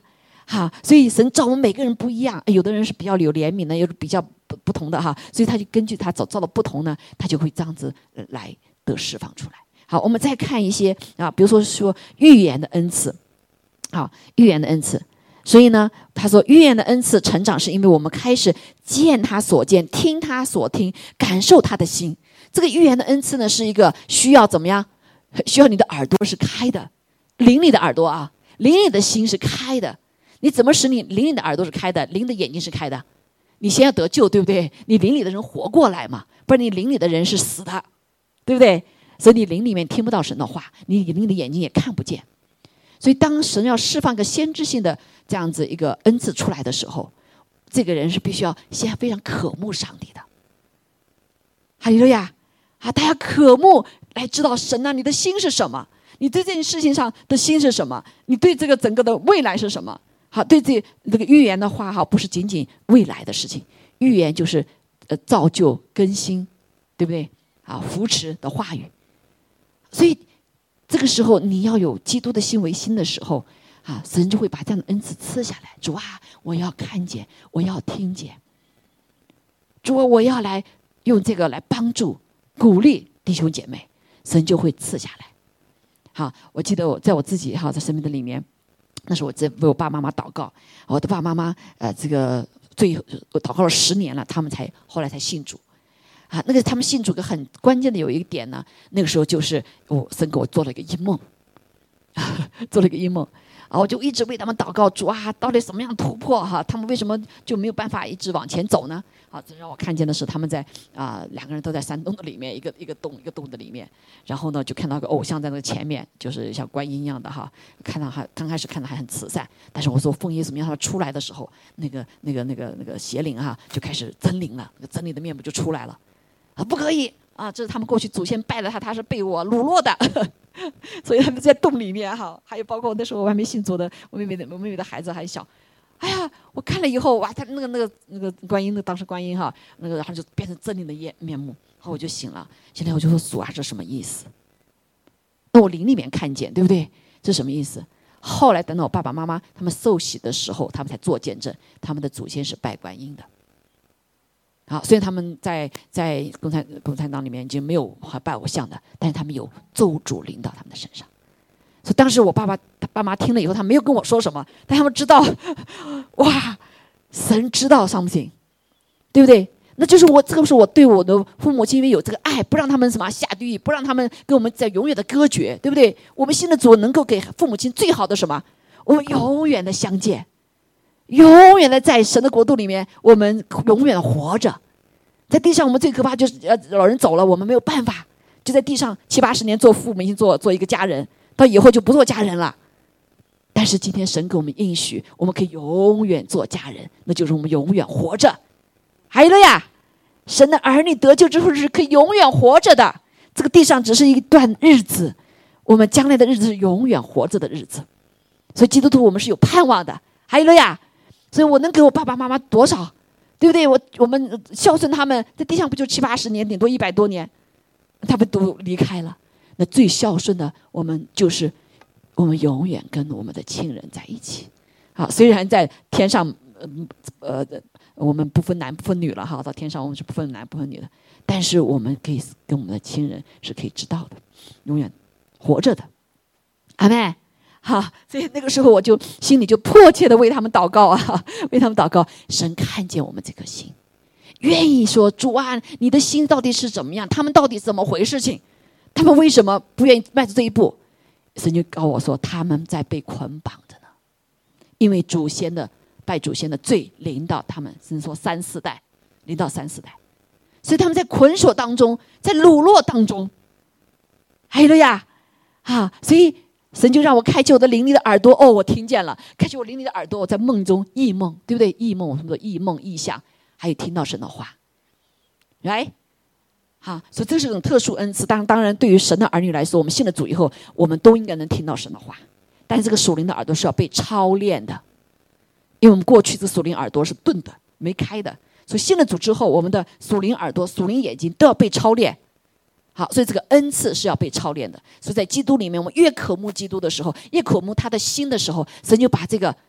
哈，所以神造我们每个人不一样，有的人是比较有怜悯的，有的比较不同的哈，所以他就根据他造的不同呢，他就会这样子来得释放出来。好，我们再看一些啊，比如说预言的恩赐，好，预言的恩赐。所以呢，他说预言的恩赐成长是因为我们开始见他所见，听他所听，感受他的心。这个预言的恩赐呢，是一个需要怎么样？需要你的耳朵是开的，灵里的耳朵啊，灵里的心是开的。你怎么使你灵里的耳朵是开的，灵的眼睛是开的？你先要得救，对不对？你灵里的人活过来嘛，不然你灵里的人是死的，对不对？所以你灵里面听不到神的话，你灵的眼睛也看不见。所以当神要释放个先知性的这样子一个恩赐出来的时候，这个人是必须要先非常渴慕上帝的。哈利路亚啊！大家渴慕来知道神啊，你的心是什么？你对这件事情上的心是什么？你对这个整个的未来是什么？好，对这个预言的话哈，不是仅仅未来的事情，预言就是造就更新，对不对？啊，扶持的话语。所以这个时候你要有基督的心为心的时候啊，神就会把这样的恩赐赐下来。主啊，我要看见，我要听见。主啊，我要来用这个来帮助鼓励弟兄姐妹，神就会赐下来。好，我记得我在我自己哈在生命的里面，那时候我在为我爸妈妈祷告，我的爸爸妈妈我祷告了10年了，他们后来才信主。啊，那个他们信主个很关键的有一个点呢，那个时候就是神给我做了一个异梦，做了一个异梦啊，我就一直为他们祷告，主啊，到底什么样突破哈？他们为什么就没有办法一直往前走呢？啊，这让我看见的是他们在2个人都在山洞的里面，一个洞的里面，然后呢就看到个偶像在那个前面，就是像观音一样的哈，刚开始看到还很慈善，但是我说奉耶稣名让他出来的时候，那个邪灵哈就开始狰狞了，那个狰狞的面目就出来了。不可以啊！这是他们过去祖先拜了他是被我掳落的，所以他们在洞里面哈。还有包括那时候我还没信主的，我妹妹的孩子还小。哎呀，我看了以后哇，他那个观音，当时观音哈，然后就变成狰狞的面目，然后我就醒了。现在我就说主啊，这什么意思？那我灵里面看见，对不对？这什么意思？后来等到我爸爸妈妈他们受洗的时候，他们才做见证，他们的祖先是拜观音的。好，虽然他们在共产党里面已经没有拜偶像的，但是他们有咒诅临到他们的身上。所以当时我爸妈听了以后，他没有跟我说什么，但他们知道，哇，神知道 something， 对不对？那就是这个是我对我的父母亲因为有这个爱，不让他们什么下地狱，不让他们跟我们在永远的隔绝，对不对？我们信的主能够给父母亲最好的什么？我们永远的相见。永远的在神的国度里面，我们永远活着。在地上我们最可怕就是老人走了，我们没有办法，就在地上70-80年做父母亲，做一个家人，到以后就不做家人了。但是今天神给我们应许，我们可以永远做家人，那就是我们永远活着。哈利路亚！神的儿女得救之后是可以永远活着的。这个地上只是一段日子，我们将来的日子是永远活着的日子。所以基督徒我们是有盼望的。哈利路亚！所以我能给我爸爸妈妈多少，对不对？我们孝顺他们，在地上不就70-80年，顶多100多年，他们都离开了。那最孝顺的，我们就是我们永远跟我们的亲人在一起。好，虽然在天上，我们不分男不分女了哈，到天上我们是不分男不分女的，但是我们可以跟我们的亲人是可以知道的，永远活着的。阿们。好，所以那个时候我就心里就迫切的为他们祷告啊，为他们祷告。神看见我们这颗心，愿意说主啊，你的心到底是怎么样？他们到底怎么回事情？他们为什么不愿意迈出这一步？神就告我说，他们在被捆绑着呢，因为拜祖先的罪临到他们，甚至说3-4代，临到3-4代，所以他们在捆锁当中，在掳落当中。哈利路亚啊！所以神就让我开启我的灵里的耳朵，我听见了，开启我灵里的耳朵，我在梦中异梦，对不对？异梦，我们说异梦异象，还有听到神的话，来，好，所以这是一种特殊恩赐。当然，对于神的儿女来说，我们信了主以后，我们都应该能听到神的话，但是这个属灵的耳朵是要被操练的，因为我们过去这属灵耳朵是钝的，没开的，所以信了主之后，我们的属灵耳朵、属灵眼睛都要被操练。好，所以这个恩赐是要被操练的。所以在基督里面，我们越渴慕基督的时候，越渴慕他的心的时候，神就把这个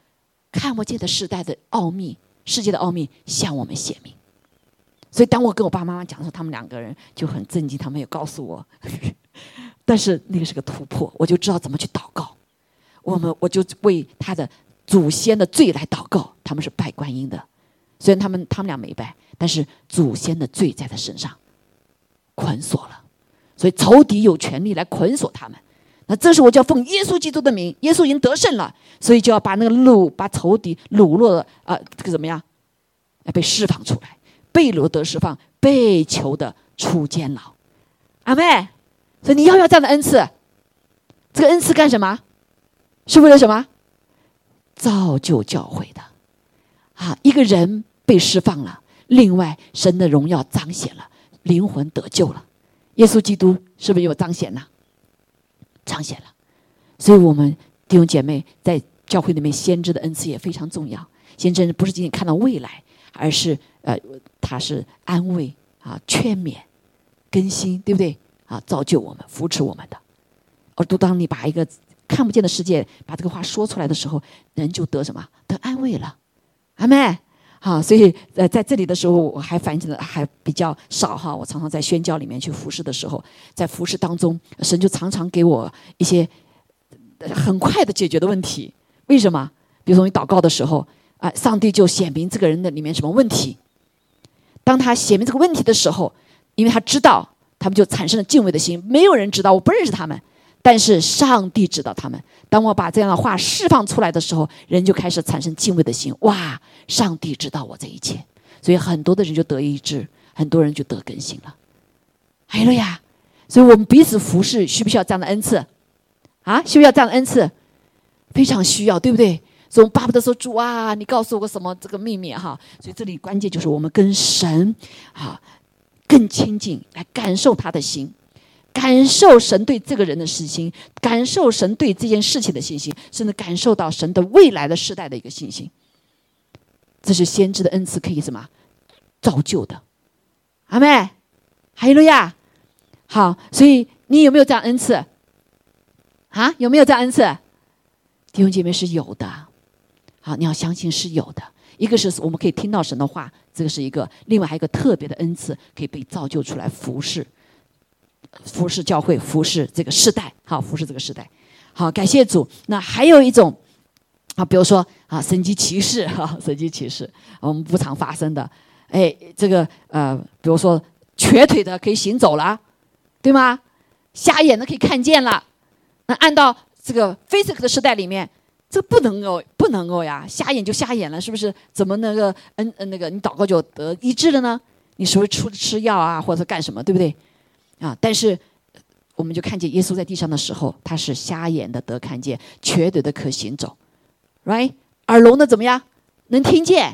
看不见的时代的奥秘，世界的奥秘向我们显明。所以当我跟我爸爸妈妈讲的时候，他们2个人就很震惊，他们也告诉我但是那个是个突破，我就知道怎么去祷告。我就为他的祖先的罪来祷告。他们是拜观音的，虽然他们俩没拜，但是祖先的罪在他身上捆锁了，所以仇敌有权利来捆锁他们。那这时候我就要奉耶稣基督的名，耶稣已经得胜了，所以就要把那个把仇敌掳落的这个怎么样，被释放出来，被掳得释放，被囚的出监牢。阿妹，所以你要不要这样的恩赐？这个恩赐干什么？是为了什么？造就教会的一个人被释放了，另外神的荣耀彰显了，灵魂得救了。耶稣基督是不是有彰显呢？彰显了。所以我们弟兄姐妹在教会里面，先知的恩赐也非常重要。先知不是仅仅看到未来，而是他是安慰劝勉、更新，对不对造就我们、扶持我们的。而当你把一个看不见的世界把这个话说出来的时候，人就得什么？得安慰了。阿们。所以在这里的时候，我还反省的还比较少我常常在宣教里面去服侍的时候，在服侍当中，神就常常给我一些很快的解决的问题。为什么？比如说你祷告的时候上帝就显明这个人的里面什么问题。当他显明这个问题的时候，因为他知道，他们就产生了敬畏的心。没有人知道，我不认识他们，但是上帝知道他们。当我把这样的话释放出来的时候，人就开始产生敬畏的心。哇，上帝知道我这一切，所以很多的人就得医治，很多人就得更新了。哈利路亚！所以我们彼此服侍，需不需要这样的恩赐需不需要这样的恩赐？非常需要，对不对？所以我们巴不得说，主啊，你告诉我什么这个秘密所以这里关键就是我们跟神更亲近，来感受他的心，感受神对这个人的信心，感受神对这件事情的信心，甚至感受到神的未来的世代的一个信心。这是先知的恩赐可以什么造就的。阿们，哈利路亚。好，所以你有没有这样恩赐有没有这样恩赐？弟兄姐妹是有的。好，你要相信是有的。一个是我们可以听到神的话，这个是一个；另外还有一个特别的恩赐，可以被造就出来服侍教会，服侍这个世代。好，服侍这个世代。好，感谢主。那还有一种比如说神迹奇事神迹奇事我们不常发生的。这个比如说瘸腿的可以行走了，对吗？瞎眼的可以看见了。那按照这个 physical 的时代里面，这不能够呀，瞎眼就瞎眼了，是不是？怎么那个你祷告就得医治了呢？你是不是吃药或者干什么，对不对但是我们就看见耶稣在地上的时候，他是瞎眼的得看见，瘸腿的可行走 ，right？ 耳聋的怎么样？能听见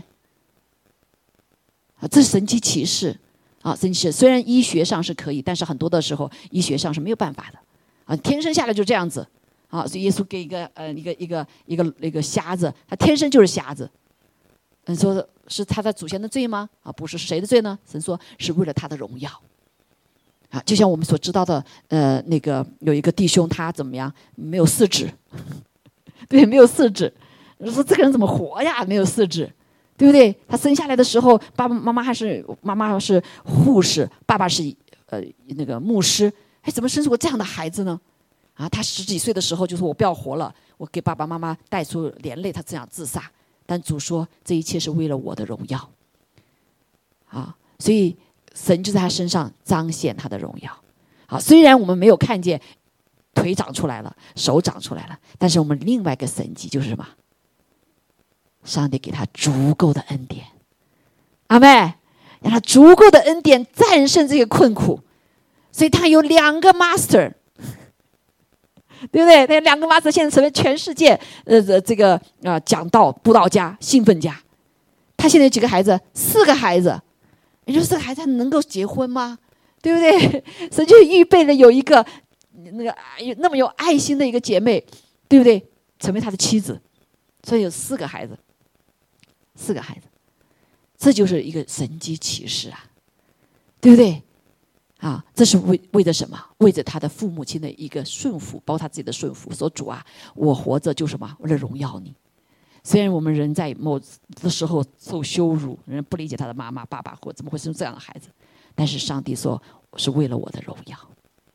这是神迹奇事神迹奇事。虽然医学上是可以，但是很多的时候医学上是没有办法的天生下来就这样子所以耶稣给一个瞎子，他天生就是瞎子。你说是他的祖先的罪吗？不是，是谁的罪呢？神说是为了他的荣耀就像我们所知道的那个有一个弟兄，他怎么样？没有四肢对，没有四肢。说这个人怎么活呀？没有四肢，对不对？他生下来的时候，妈妈是护士，爸爸是那个牧师。怎么生出过这样的孩子呢？他10几岁的时候就说我不要活了，我给爸爸妈妈带出连累，他这样自杀。但主说这一切是为了我的荣耀所以神就在他身上彰显他的荣耀虽然我们没有看见腿长出来了，手长出来了，但是我们另外一个神迹就是什么？上帝给他足够的恩典。阿们，让他足够的恩典战胜这个困苦。所以他有2个 master， 对不对？他有2个 master， 现在成为全世界这个讲道布道家、兴奋家。他现在有几个孩子？4个孩子。你说这个孩子能够结婚吗？对不对？神就预备了有一个那么有爱心的一个姐妹，对不对？成为他的妻子。所以有4个孩子，4个孩子，这就是一个神迹奇事对不对？这是为着什么？为着他的父母亲的一个顺服，包括他自己的顺服。说主我活着就什么？为了荣耀你。 虽然我们人在某的时候受羞辱，人不理解他的妈妈、爸爸，或怎么会生这样的孩子，但是上帝说是为了我的荣耀。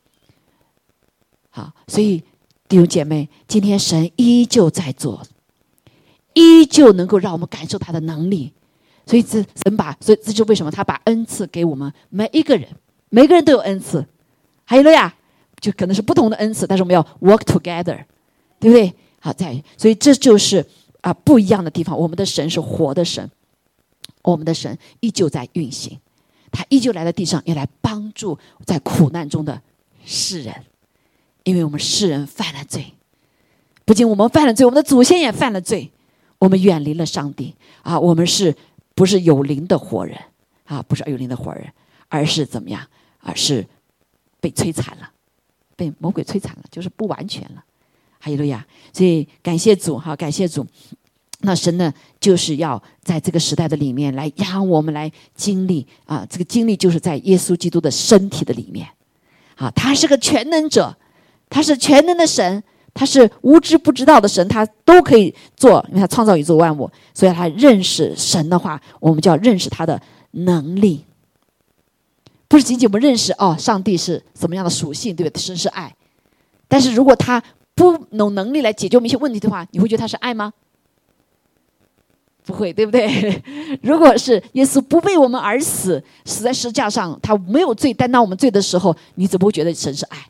好，所以弟兄姐妹，今天神依旧在做，依旧能够让我们感受他的能力。所以所以这就为什么他把恩赐给我们每一个人，每个人都有恩赐。还有了呀，就可能是不同的恩赐，但是我们要 work together， 对不对？好，所以这就是不一样的地方。我们的神是活的神，我们的神依旧在运行，他依旧来到地上，要来帮助在苦难中的世人。因为我们世人犯了罪，不仅我们犯了罪，我们的祖先也犯了罪，我们远离了上帝我们不是有灵的活人不是有灵的活人，而是怎么样是被摧残了，被魔鬼摧残了，就是不完全了。哈利路亚！所以感谢主感谢主。那神呢，就是要在这个时代的里面来让我们来经历这个经历就是在耶稣基督的身体的里面他是个全能者，他是全能的神，他是无知不知道的神，他都可以做，因为他创造宇宙万物。所以他认识神的话，我们就要认识他的能力，不是仅仅我们认识上帝是什么样的属性，对不对？神是爱，但是如果他不有能力来解决我们一些问题的话，你会觉得他是爱吗？不会，对不对？如果是耶稣不为我们而死，死在十字架上，他没有罪担当我们罪的时候，你怎么会觉得神是爱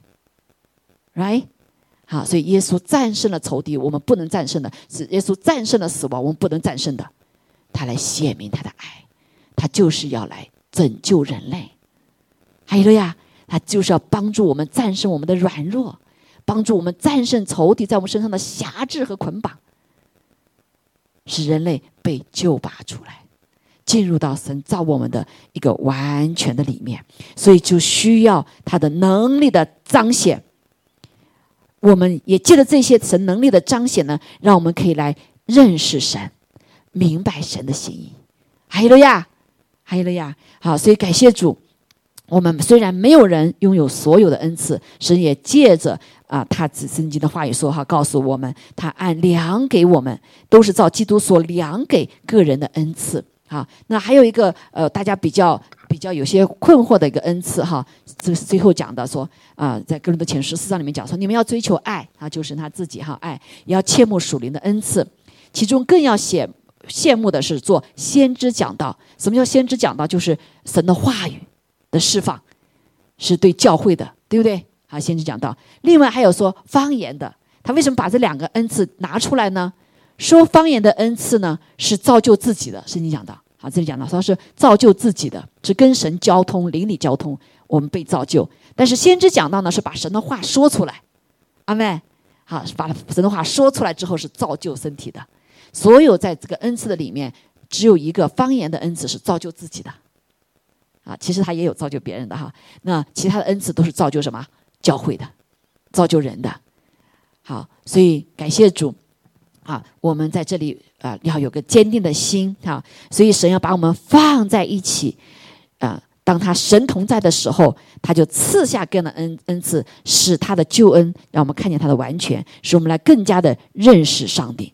？Right？ 好，所以耶稣战胜了仇敌，我们不能战胜的；是耶稣战胜了死亡，我们不能战胜的。他来显明他的爱，他就是要来拯救人类。还有了呀，他就是要帮助我们战胜我们的软弱，帮助我们战胜仇敌在我们身上的辖制和捆绑，使人类被救拔出来，进入到神造我们的一个完全的里面。所以就需要他的能力的彰显。我们也借着这些神能力的彰显呢，让我们可以来认识神，明白神的心意。还有了呀，还有了呀。好，所以感谢主，我们虽然没有人拥有所有的恩赐，神也借着他圣经的话语说告诉我们，他按量给我们，都是照基督所量给个人的恩赐。那还有一个大家比较有些困惑的一个恩赐这是最后讲的说在哥林多前14章里面讲说，你们要追求爱就是他自己爱，也要切慕属灵的恩赐，其中更要羡慕的是做先知讲道。什么叫先知讲道？就是神的话语的释放，是对教会的，对不对？先知讲道。另外还有说方言的，他为什么把这两个恩赐拿出来呢？说方言的恩赐呢，是造就自己的。圣经讲到这里讲到说是造就自己的，是跟神交通，灵里交通，我们被造就。但是先知讲道呢，是把神的话说出来。阿们。把神的话说出来之后，是造就身体的。所有在这个恩赐的里面，只有一个方言的恩赐是造就自己的其实他也有造就别人的那其他的恩赐都是造就什么？教会的，造就人的。好，所以感谢主我们在这里要有个坚定的心所以神要把我们放在一起当他神同在的时候，他就赐下各样的恩赐，使他的救恩让我们看见他的完全，使我们来更加的认识上帝。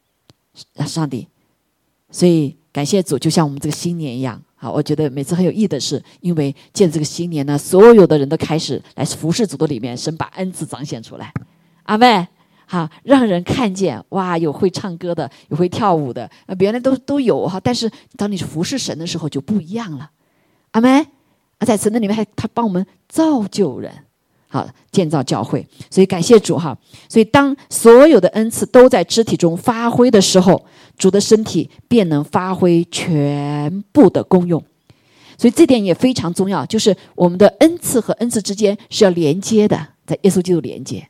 所以感谢主，就像我们这个新年一样我觉得每次很有意义的是，因为借这个新年呢，所有的人都开始来服侍主的里面，神把恩赐彰显出来。阿们。让人看见哇，有会唱歌的，有会跳舞的，原来都有但是当你服侍神的时候就不一样了。阿们。在神的里面他帮我们造就人建造教会。所以感谢主所以当所有的恩赐都在肢体中发挥的时候，主的身体便能发挥全部的功用。所以这点也非常重要，就是我们的恩赐和恩赐之间是要连接的，在耶稣基督连接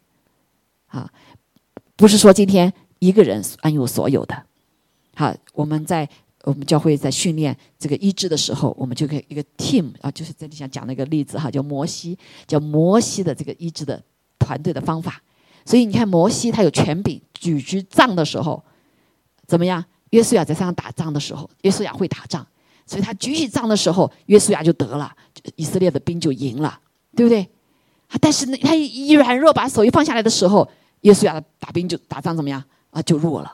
不是说今天一个人安有所有的。我们教会在训练这个医治的时候，我们就可以一个 team 就是这里想讲那个例子叫摩西的这个医治的团队的方法。所以你看摩西他有权柄，举杖的时候怎么样？约书亚在山上打仗的时候，约书亚会打仗，所以他举起杖的时候，约书亚就得了，以色列的兵就赢了，对不对？但是他一软弱，把手一放下来的时候，约书亚打仗怎么样就弱了。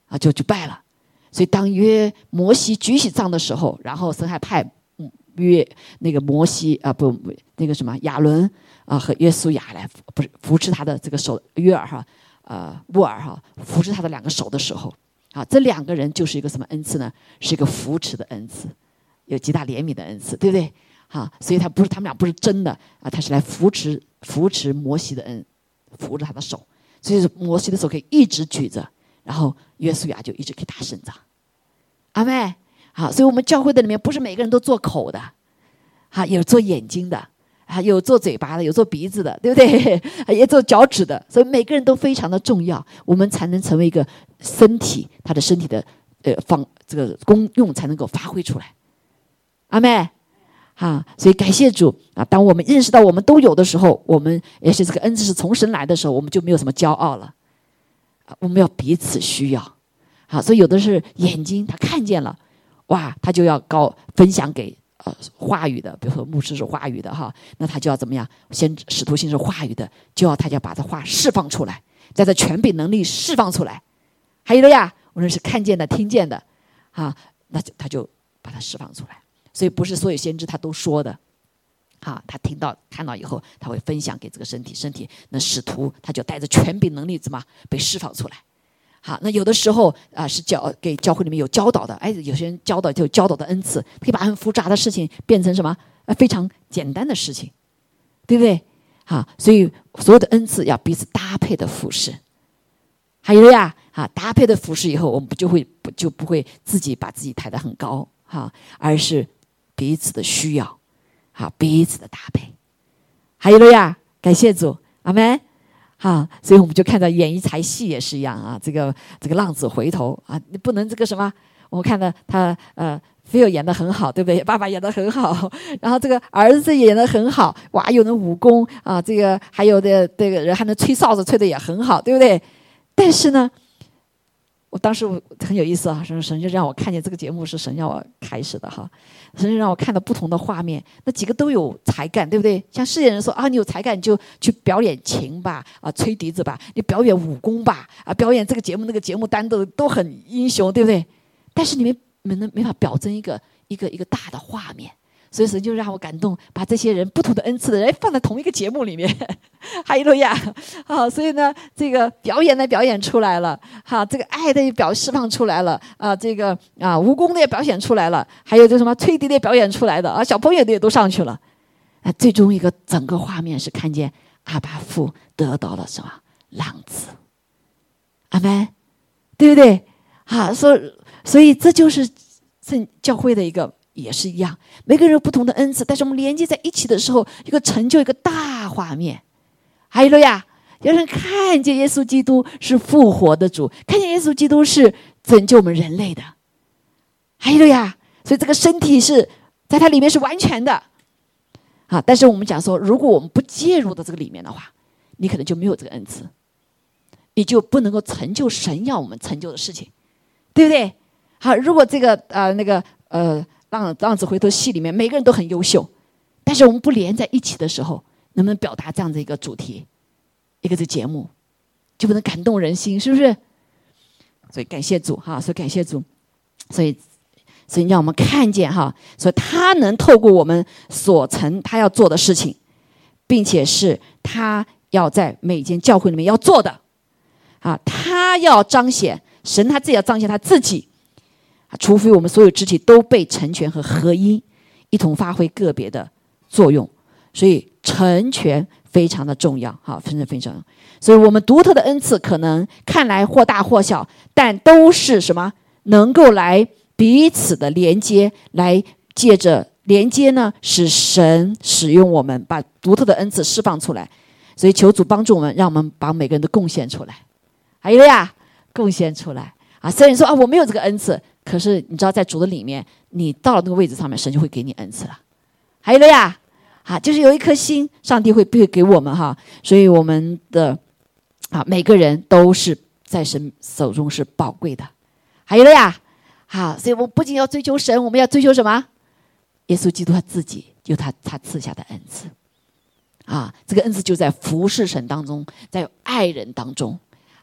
就拜了。所以当摩西举起杖的时候，然后神还派摩西亚伦和约书亚来扶持他的这个手，乌尔扶持他的2个手的时候，这2个人就是一个什么恩赐呢？是一个扶持的恩赐，有极大怜悯的恩赐，对不对？所以他们俩不是真的他是来扶持摩西的恩，扶着他的手，所以摩西的手可以一直举着，然后约书亚就一直给打胜仗。阿们。所以我们教会的里面不是每个人都做口的，有做眼睛的，有做嘴巴的，有做鼻子的，对不对？也做脚趾的，所以每个人都非常的重要，我们才能成为一个身体，他的身体的这个功用才能够发挥出来。阿们。所以感谢主当我们认识到我们都有的时候，我们也是这个恩赐是从神来的时候，我们就没有什么骄傲了。我们要彼此需要。所以有的是眼睛他看见了，哇，他就要分享给话语的，比如说牧师是话语的那他就要怎么样？使徒性是话语的，他就要把这话释放出来，在这权柄能力释放出来。还有了呀，无论是看见的、听见的那他就把它释放出来。所以不是所有先知他都说的他看到以后，他会分享给这个身体那使徒他就带着权柄能力怎么被释放出来。那有的时候是给教会里面有教导的，有些人教导就有教导的恩赐，可以把很复杂的事情变成什么非常简单的事情，对不对？所以所有的恩赐要彼此搭配的服侍。还有呀搭配的服侍以后，我们就不会自己把自己抬得很高而是彼此的需要彼此的搭配。还有了呀，感谢主，阿们。所以我们就看到演一台戏也是一样这个浪子回头你不能这个什么，我看到他菲尔演得很好，对不对？爸爸演得很好，然后这个儿子也演得很好，哇，有人武功这个还有的这个人还能吹哨子，吹得也很好，对不对？但是呢，我当时很有意思神就让我看见这个节目是神让我开始的神就让我看到不同的画面，那几个都有才干，对不对？像世界人说你有才干你就去表演琴吧吹笛子吧，你表演武功吧表演这个节目那个节目单都很英雄，对不对？但是你们没法表征一个大的画面，所以神就让我感动，把这些人不同的恩赐的人放在同一个节目里面。哈利路亚所以呢这个表演的表演出来了这个爱的也释放出来了这个武功的也表现出来了，还有这什么吹笛的也表演出来的小朋友的也都上去了最终一个整个画面是看见阿爸父得到了什么浪子。阿们，对不对所以这就是教会的一个也是一样，每个人有不同的恩赐，但是我们连接在一起的时候，一个成就一个大画面。还有了呀，有人看见耶稣基督是复活的主，看见耶稣基督是拯救我们人类的。还有了呀，所以这个身体是在它里面是完全的但是我们讲说，如果我们不介入到这个里面的话，你可能就没有这个恩赐，你就不能够成就神要我们成就的事情，对不对？如果这个浪子回头戏里面每个人都很优秀，但是我们不连在一起的时候，能不能表达这样的一个主题，一个这节目就不能感动人心，是不是？所以感谢主所以感谢主，所以让我们看见所以他能透过我们所成他要做的事情，并且是他要在每间教会里面要做的他要彰显神，他自己要彰显他自己除非我们所有肢体都被成全和合一，一同发挥个别的作用，所以成全非常的重要非常非常重要。所以我们独特的恩赐可能看来或大或小，但都是什么？能够来彼此的连接，来借着连接呢，使神使用我们，把独特的恩赐释放出来。所以求主帮助我们，让我们把每个人都贡献出来。还有呀，贡献出来虽然说我没有这个恩赐，可是你知道在主的里面，你到了那个位置上面，神就会给你恩赐了。还有了呀就是有一颗心，上帝会给我们所以我们的每个人都是在神手中是宝贵的。还有了呀所以我们不仅要追求神，我们要追求什么？耶稣基督他自己有他赐下的恩赐这个恩赐就在服侍神当中，在爱人当中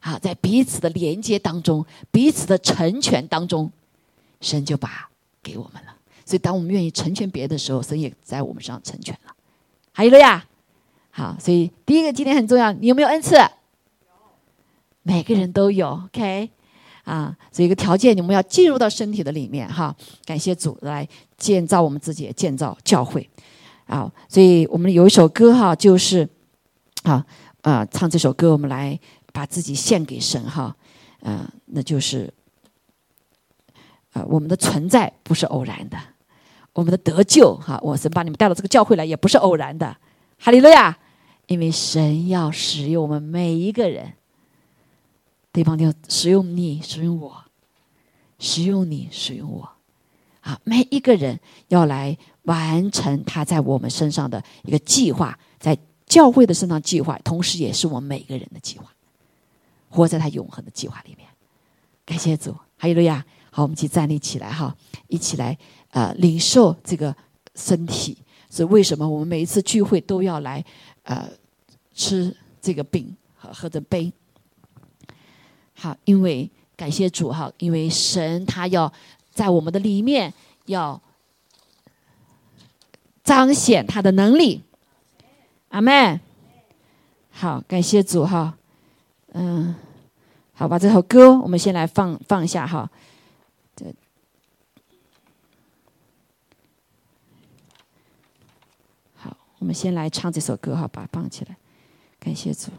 在彼此的连接当中，彼此的成全当中，神就把给我们了。所以当我们愿意成全别人的时候，神也在我们身上成全了。哈利路亚。好，所以第一个今天很重要，你有没有恩赐？每个人都有 ，OK。所以一个条件，你们要进入到身体的里面哈，感谢主来建造我们自己，建造教会所以我们有一首歌哈，就是唱这首歌，我们来把自己献给神哈，那就是我们的存在不是偶然的，我们的得救哈，我神把你们带到这个教会来也不是偶然的，哈利路亚！因为神要使用我们每一个人。对方就使用你，使用我，使用你，使用我，每一个人要来完成他在我们身上的一个计划，在教会的身上计划，同时也是我们每个人的计划，活在他永恒的计划里面。感谢主，哈利路亚！好，我们一起站立起来哈，一起来领受这个身体。所以为什么我们每一次聚会都要来吃这个饼和喝着杯？好，因为感谢主哈，因为神他要在我们的里面要彰显他的能力，阿们。好，感谢主哈，好，把这首歌我们先来放一下哈。好，我们先来唱这首歌哈，把它放起来，感谢主。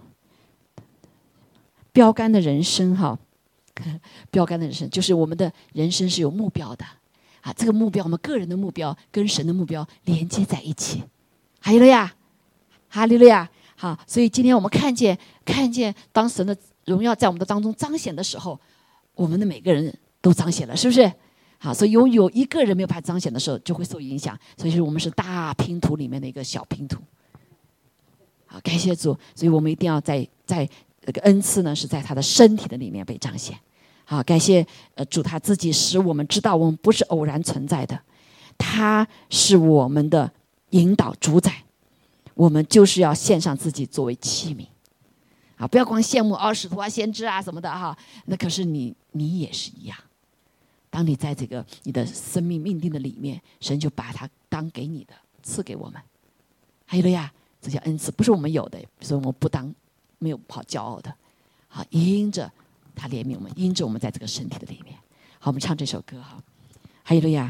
标杆的人生哈，标杆的人生就是我们的人生是有目标的这个目标我们个人的目标跟神的目标连接在一起。哈利路亚，哈利路亚。好，所以今天我们看见当神的荣耀在我们的当中彰显的时候，我们的每个人都彰显了，是不是？好，所以有一个人没有办法彰显的时候，就会受影响。所以我们是大拼图里面的一个小拼图。好，感谢主，所以我们一定要在这个恩赐呢，是在他的身体的里面被彰显。好，感谢主，他自己使我们知道我们不是偶然存在的，他是我们的引导主宰，我们就是要献上自己作为器皿。不要光羡慕使徒先知什么的哈，那可是你也是一样。当你在这个你的生命命定的里面，神就把它当给你的，赐给我们。哈利路亚，这叫恩赐，不是我们有的，所以我们不当没有好骄傲的。好，因着他怜悯我们，因着我们在这个身体的里面。好，我们唱这首歌哈，哈利路亚。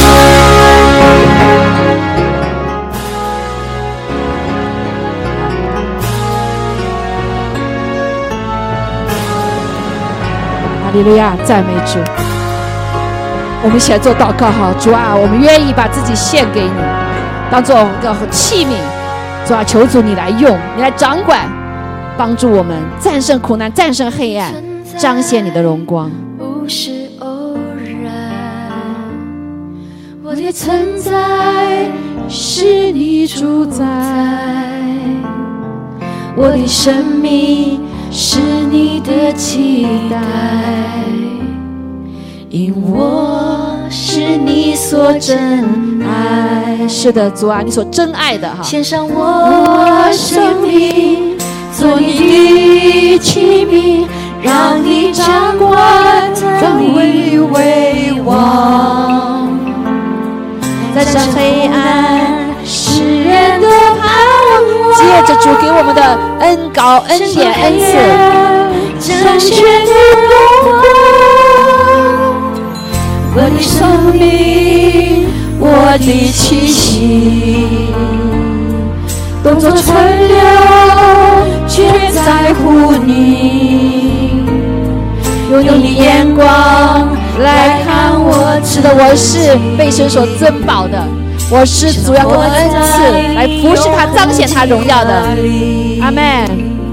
哈利路亚，赞美主。我们一起来做祷告哈，主啊，我们愿意把自己献给你，当做个器皿。主啊，求主你来用，你来掌管，帮助我们战胜苦难，战胜黑暗，彰显你的荣光。 不是偶然，我的存在是你主宰，我的生命是你的期待，因我是你所珍爱。 是的，主啊，你所珍爱的哈， 献上我生命，做你的器皿，让你掌管，让你为王，在这黑暗世人的盼望， 借着主给我们的恩膏、恩典、恩赐， 彰显你荣光，我的生命，我的气息，动作存留，全在乎你，用你的眼光来看我。 是的，我是被神所珍宝的，我是主要给我们恩赐，来服侍他，彰显他荣耀的。阿们。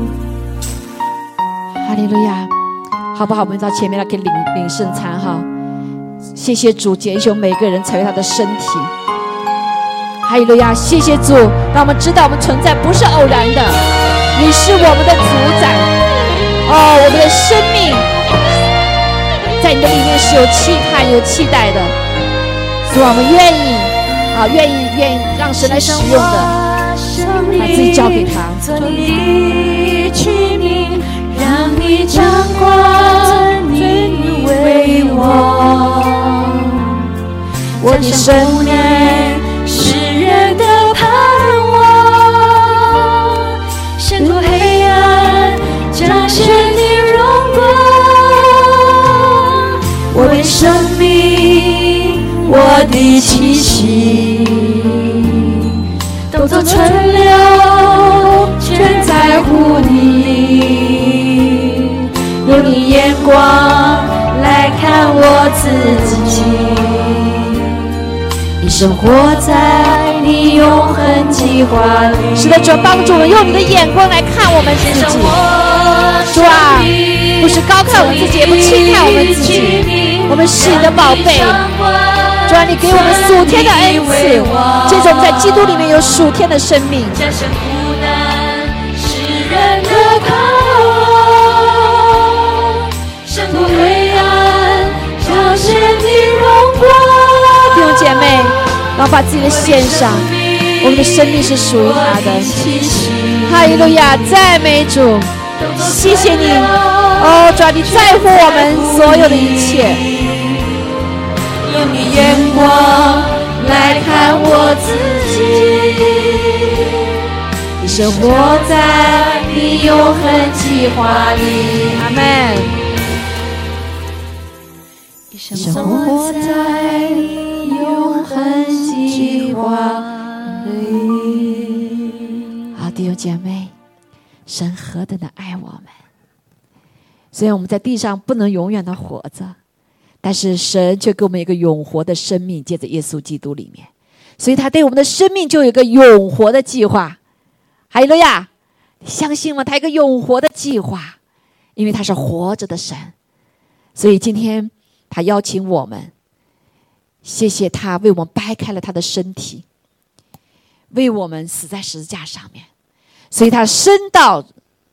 哈利路亚，好不好？我们到前面来可以领圣餐哈。谢谢主拣选每个人成为他的身体。哈利路亚，谢谢主，让我们知道我们存在不是偶然的，你是我们的主宰。我们的生命在你的里面是有期盼、有期待的，所以我们愿意让神来使用的，把自己交给他。 做你的器皿，让你掌管，你为王。我的生命是人的盼望，胜过黑暗，彰显你荣光。我的生命，我的气息，都做存留，全在乎你。用你眼光来看我自己，你生活在你永恒计划里。 是的，主帮助我们用你的眼光来看我们自己。主啊，不是高看我们自己，也不轻看我们自己，我们是你的宝贝。主啊，你给我们属天的恩赐，接着我们在基督里面有属天的生命。 战胜苦难是人的盼望，胜过黑暗，彰显你荣光。 弟兄姐妹，然后把自己的献上，我们的生命是属于他的。哈利路亚，赞美主，谢谢你哦，主啊，你在乎我们所有的一切。 用你眼光来看我自己，你生活在你永恒计划里。 阿们。 生活在你永恒计划里。 好，弟兄姐妹，神何等的爱我们！虽然我们在地上不能永远的活着，但是神却给我们一个永活的生命，借着耶稣基督里面，所以他对我们的生命就有一个永活的计划。哈利路亚！相信吗？他有一个永活的计划，因为他是活着的神。所以今天他邀请我们，谢谢他为我们掰开了他的身体，为我们死在十字架上面。所以他升到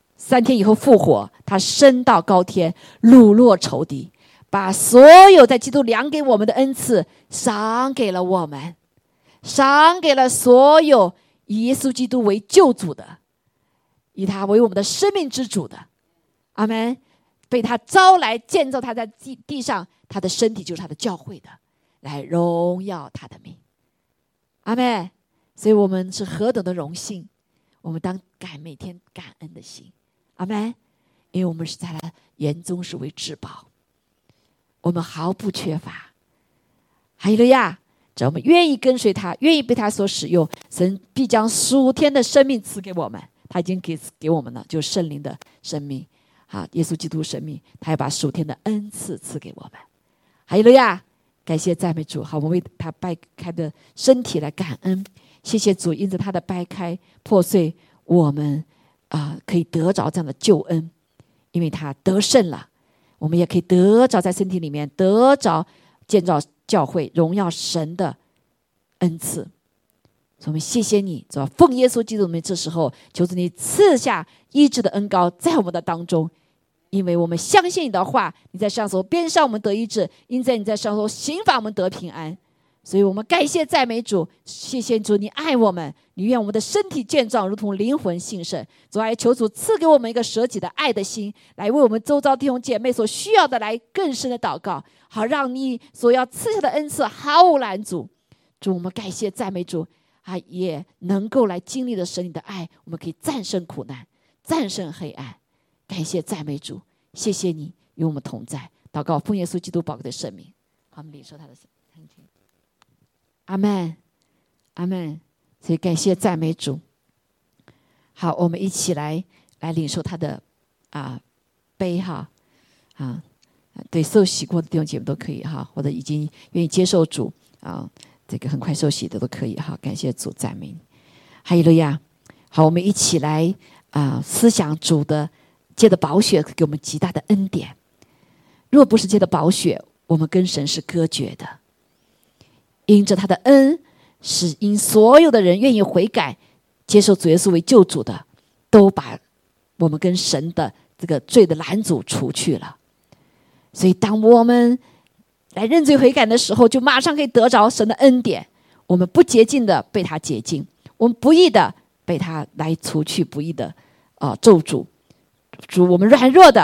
3天以后复活，他升到高天，掳落仇敌，把所有在基督量给我们的恩赐赏给了我们，赏给了所有以耶稣基督为救主的，以他为我们的生命之主的。阿们。被他招来建造他在地上，他的身体就是他的教会的，来荣耀他的名。阿们。所以我们是何等的荣幸，我们当每天感恩的心。阿们。因为我们是在他眼中是为至宝，我们毫不缺乏。哈利路亚！只要我们愿意跟随他，愿意被他所使用，神必将属天的生命赐给我们。他已经给我们了，就是圣灵的生命。耶稣基督生命，他要把属天的恩赐赐给我们。哈利路亚！感谢赞美主。好，我们为他掰开的身体来感恩。谢谢主，因着他的掰开破碎，我们可以得着这样的救恩，因为他得胜了，我们也可以得着在身体里面得着建造教会荣耀神的恩赐。所以我们谢谢你，主要奉耶稣基督的名，这时候求主你赐下医治的恩膏在我们的当中，因为我们相信你的话，你在上头鞭伤我们得医治，因在你在上头刑罚我们得平安。所以我们感谢赞美主，谢谢主，你爱我们，你愿我们的身体健壮，如同灵魂兴盛。主啊，求主赐给我们一个舍己的爱的心，来为我们周遭弟兄姐妹所需要的来更深的祷告，好让你所要赐下的恩赐毫无拦阻。主，我们感谢赞美主，也能够来经历的神你的爱，我们可以战胜苦难，战胜黑暗。感谢赞美主，谢谢你与我们同在。祷告奉耶稣基督宝贵的圣名，好，我们领受他的圣名。阿们，阿们。所以感谢赞美主。好，我们一起来领受他的杯对，受洗过的弟兄姐妹都可以或者已经愿意接受主这个很快受洗的都可以感谢主，赞美哈利路亚。好，我们一起来思想主的借着宝血给我们极大的恩典。若不是借着宝血，我们跟神是隔绝的。因着他的恩，是因所有的人愿意悔改接受主耶稣为救主的，都把我们跟神的这个罪的拦阻除去了。所以当我们来认罪悔改的时候，就马上可以得着神的恩典。我们不洁净的被他洁净，我们不义的被他来除去不义的咒诅。主，我们软弱的，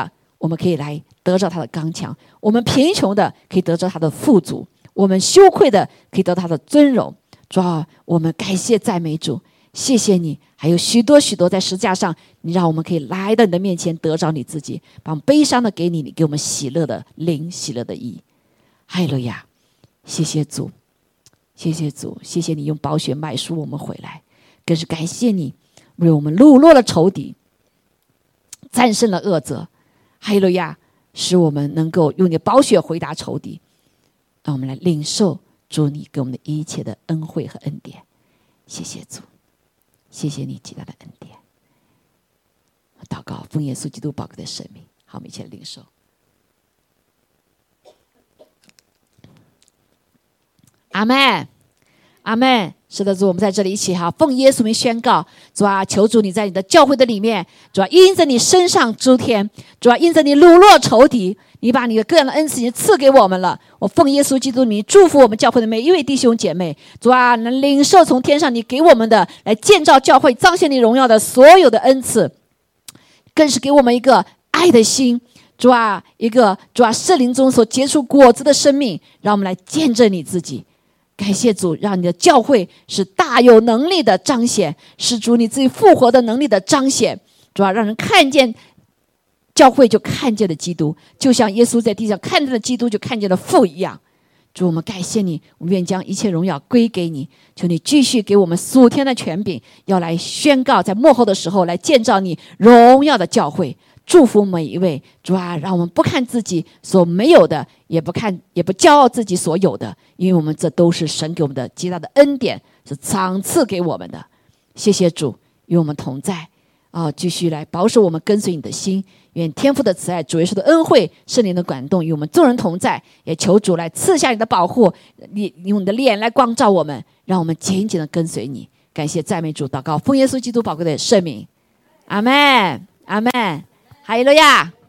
我们可以来得着他的刚强，我们贫穷的可以得着他的富足，我们羞愧的可以得到他的尊荣。主啊，我们感谢赞美主，谢谢你，还有许多许多在十字架上，你让我们可以来到你的面前得着你自己，把我们悲伤的给你，你给我们喜乐的灵，喜乐的意。哈利路亚，谢谢主，谢谢主，谢谢你用宝血买赎我们回来，更是感谢你为我们掳落了仇敌，战胜了恶者。哈利路亚，使我们能够用你的宝血回答仇敌，让我们来领受主你给我们的一切的恩惠和恩典。谢谢主，谢谢你极大的恩典。祷告，奉耶稣基督宝贵的生命。好，我们一起来领受。阿们，阿们。是的，主，我们在这里一起奉耶稣名宣告，主啊，求主你在你的教会的里面，主啊，因着你身上诸天，主啊，因着你掳落仇敌，你把你的各样的恩赐已经赐给我们了。我奉耶稣基督名祝福我们教会的每一位弟兄姐妹，主啊，能领受从天上你给我们的，来建造教会、彰显你荣耀的所有的恩赐，更是给我们一个爱的心。主啊，一个主啊，圣灵中所结出果子的生命，让我们来见证你自己。感谢主，让你的教会是大有能力的彰显，是主你自己复活的能力的彰显。主啊，让人看见教会就看见了基督，就像耶稣在地上看见了基督就看见了父一样。主，我们感谢你，我们愿将一切荣耀归给你。求你继续给我们属天的权柄，要来宣告，在末后的时候来建造你荣耀的教会。祝福每一位，主啊，让我们不看自己所没有的，也不骄傲自己所有的，因为我们这都是神给我们的极大的恩典，是赏赐给我们的。谢谢主与我们同在继续来保守我们跟随你的心。愿天父的慈爱、主耶稣的恩惠、圣灵的感动与我们众人同在，也求主来赐下你的保护，用你的脸来光照我们，让我们紧紧的跟随你。感谢赞美主，祷告奉耶稣基督宝贵的圣名，阿们，阿们。哈利路亚。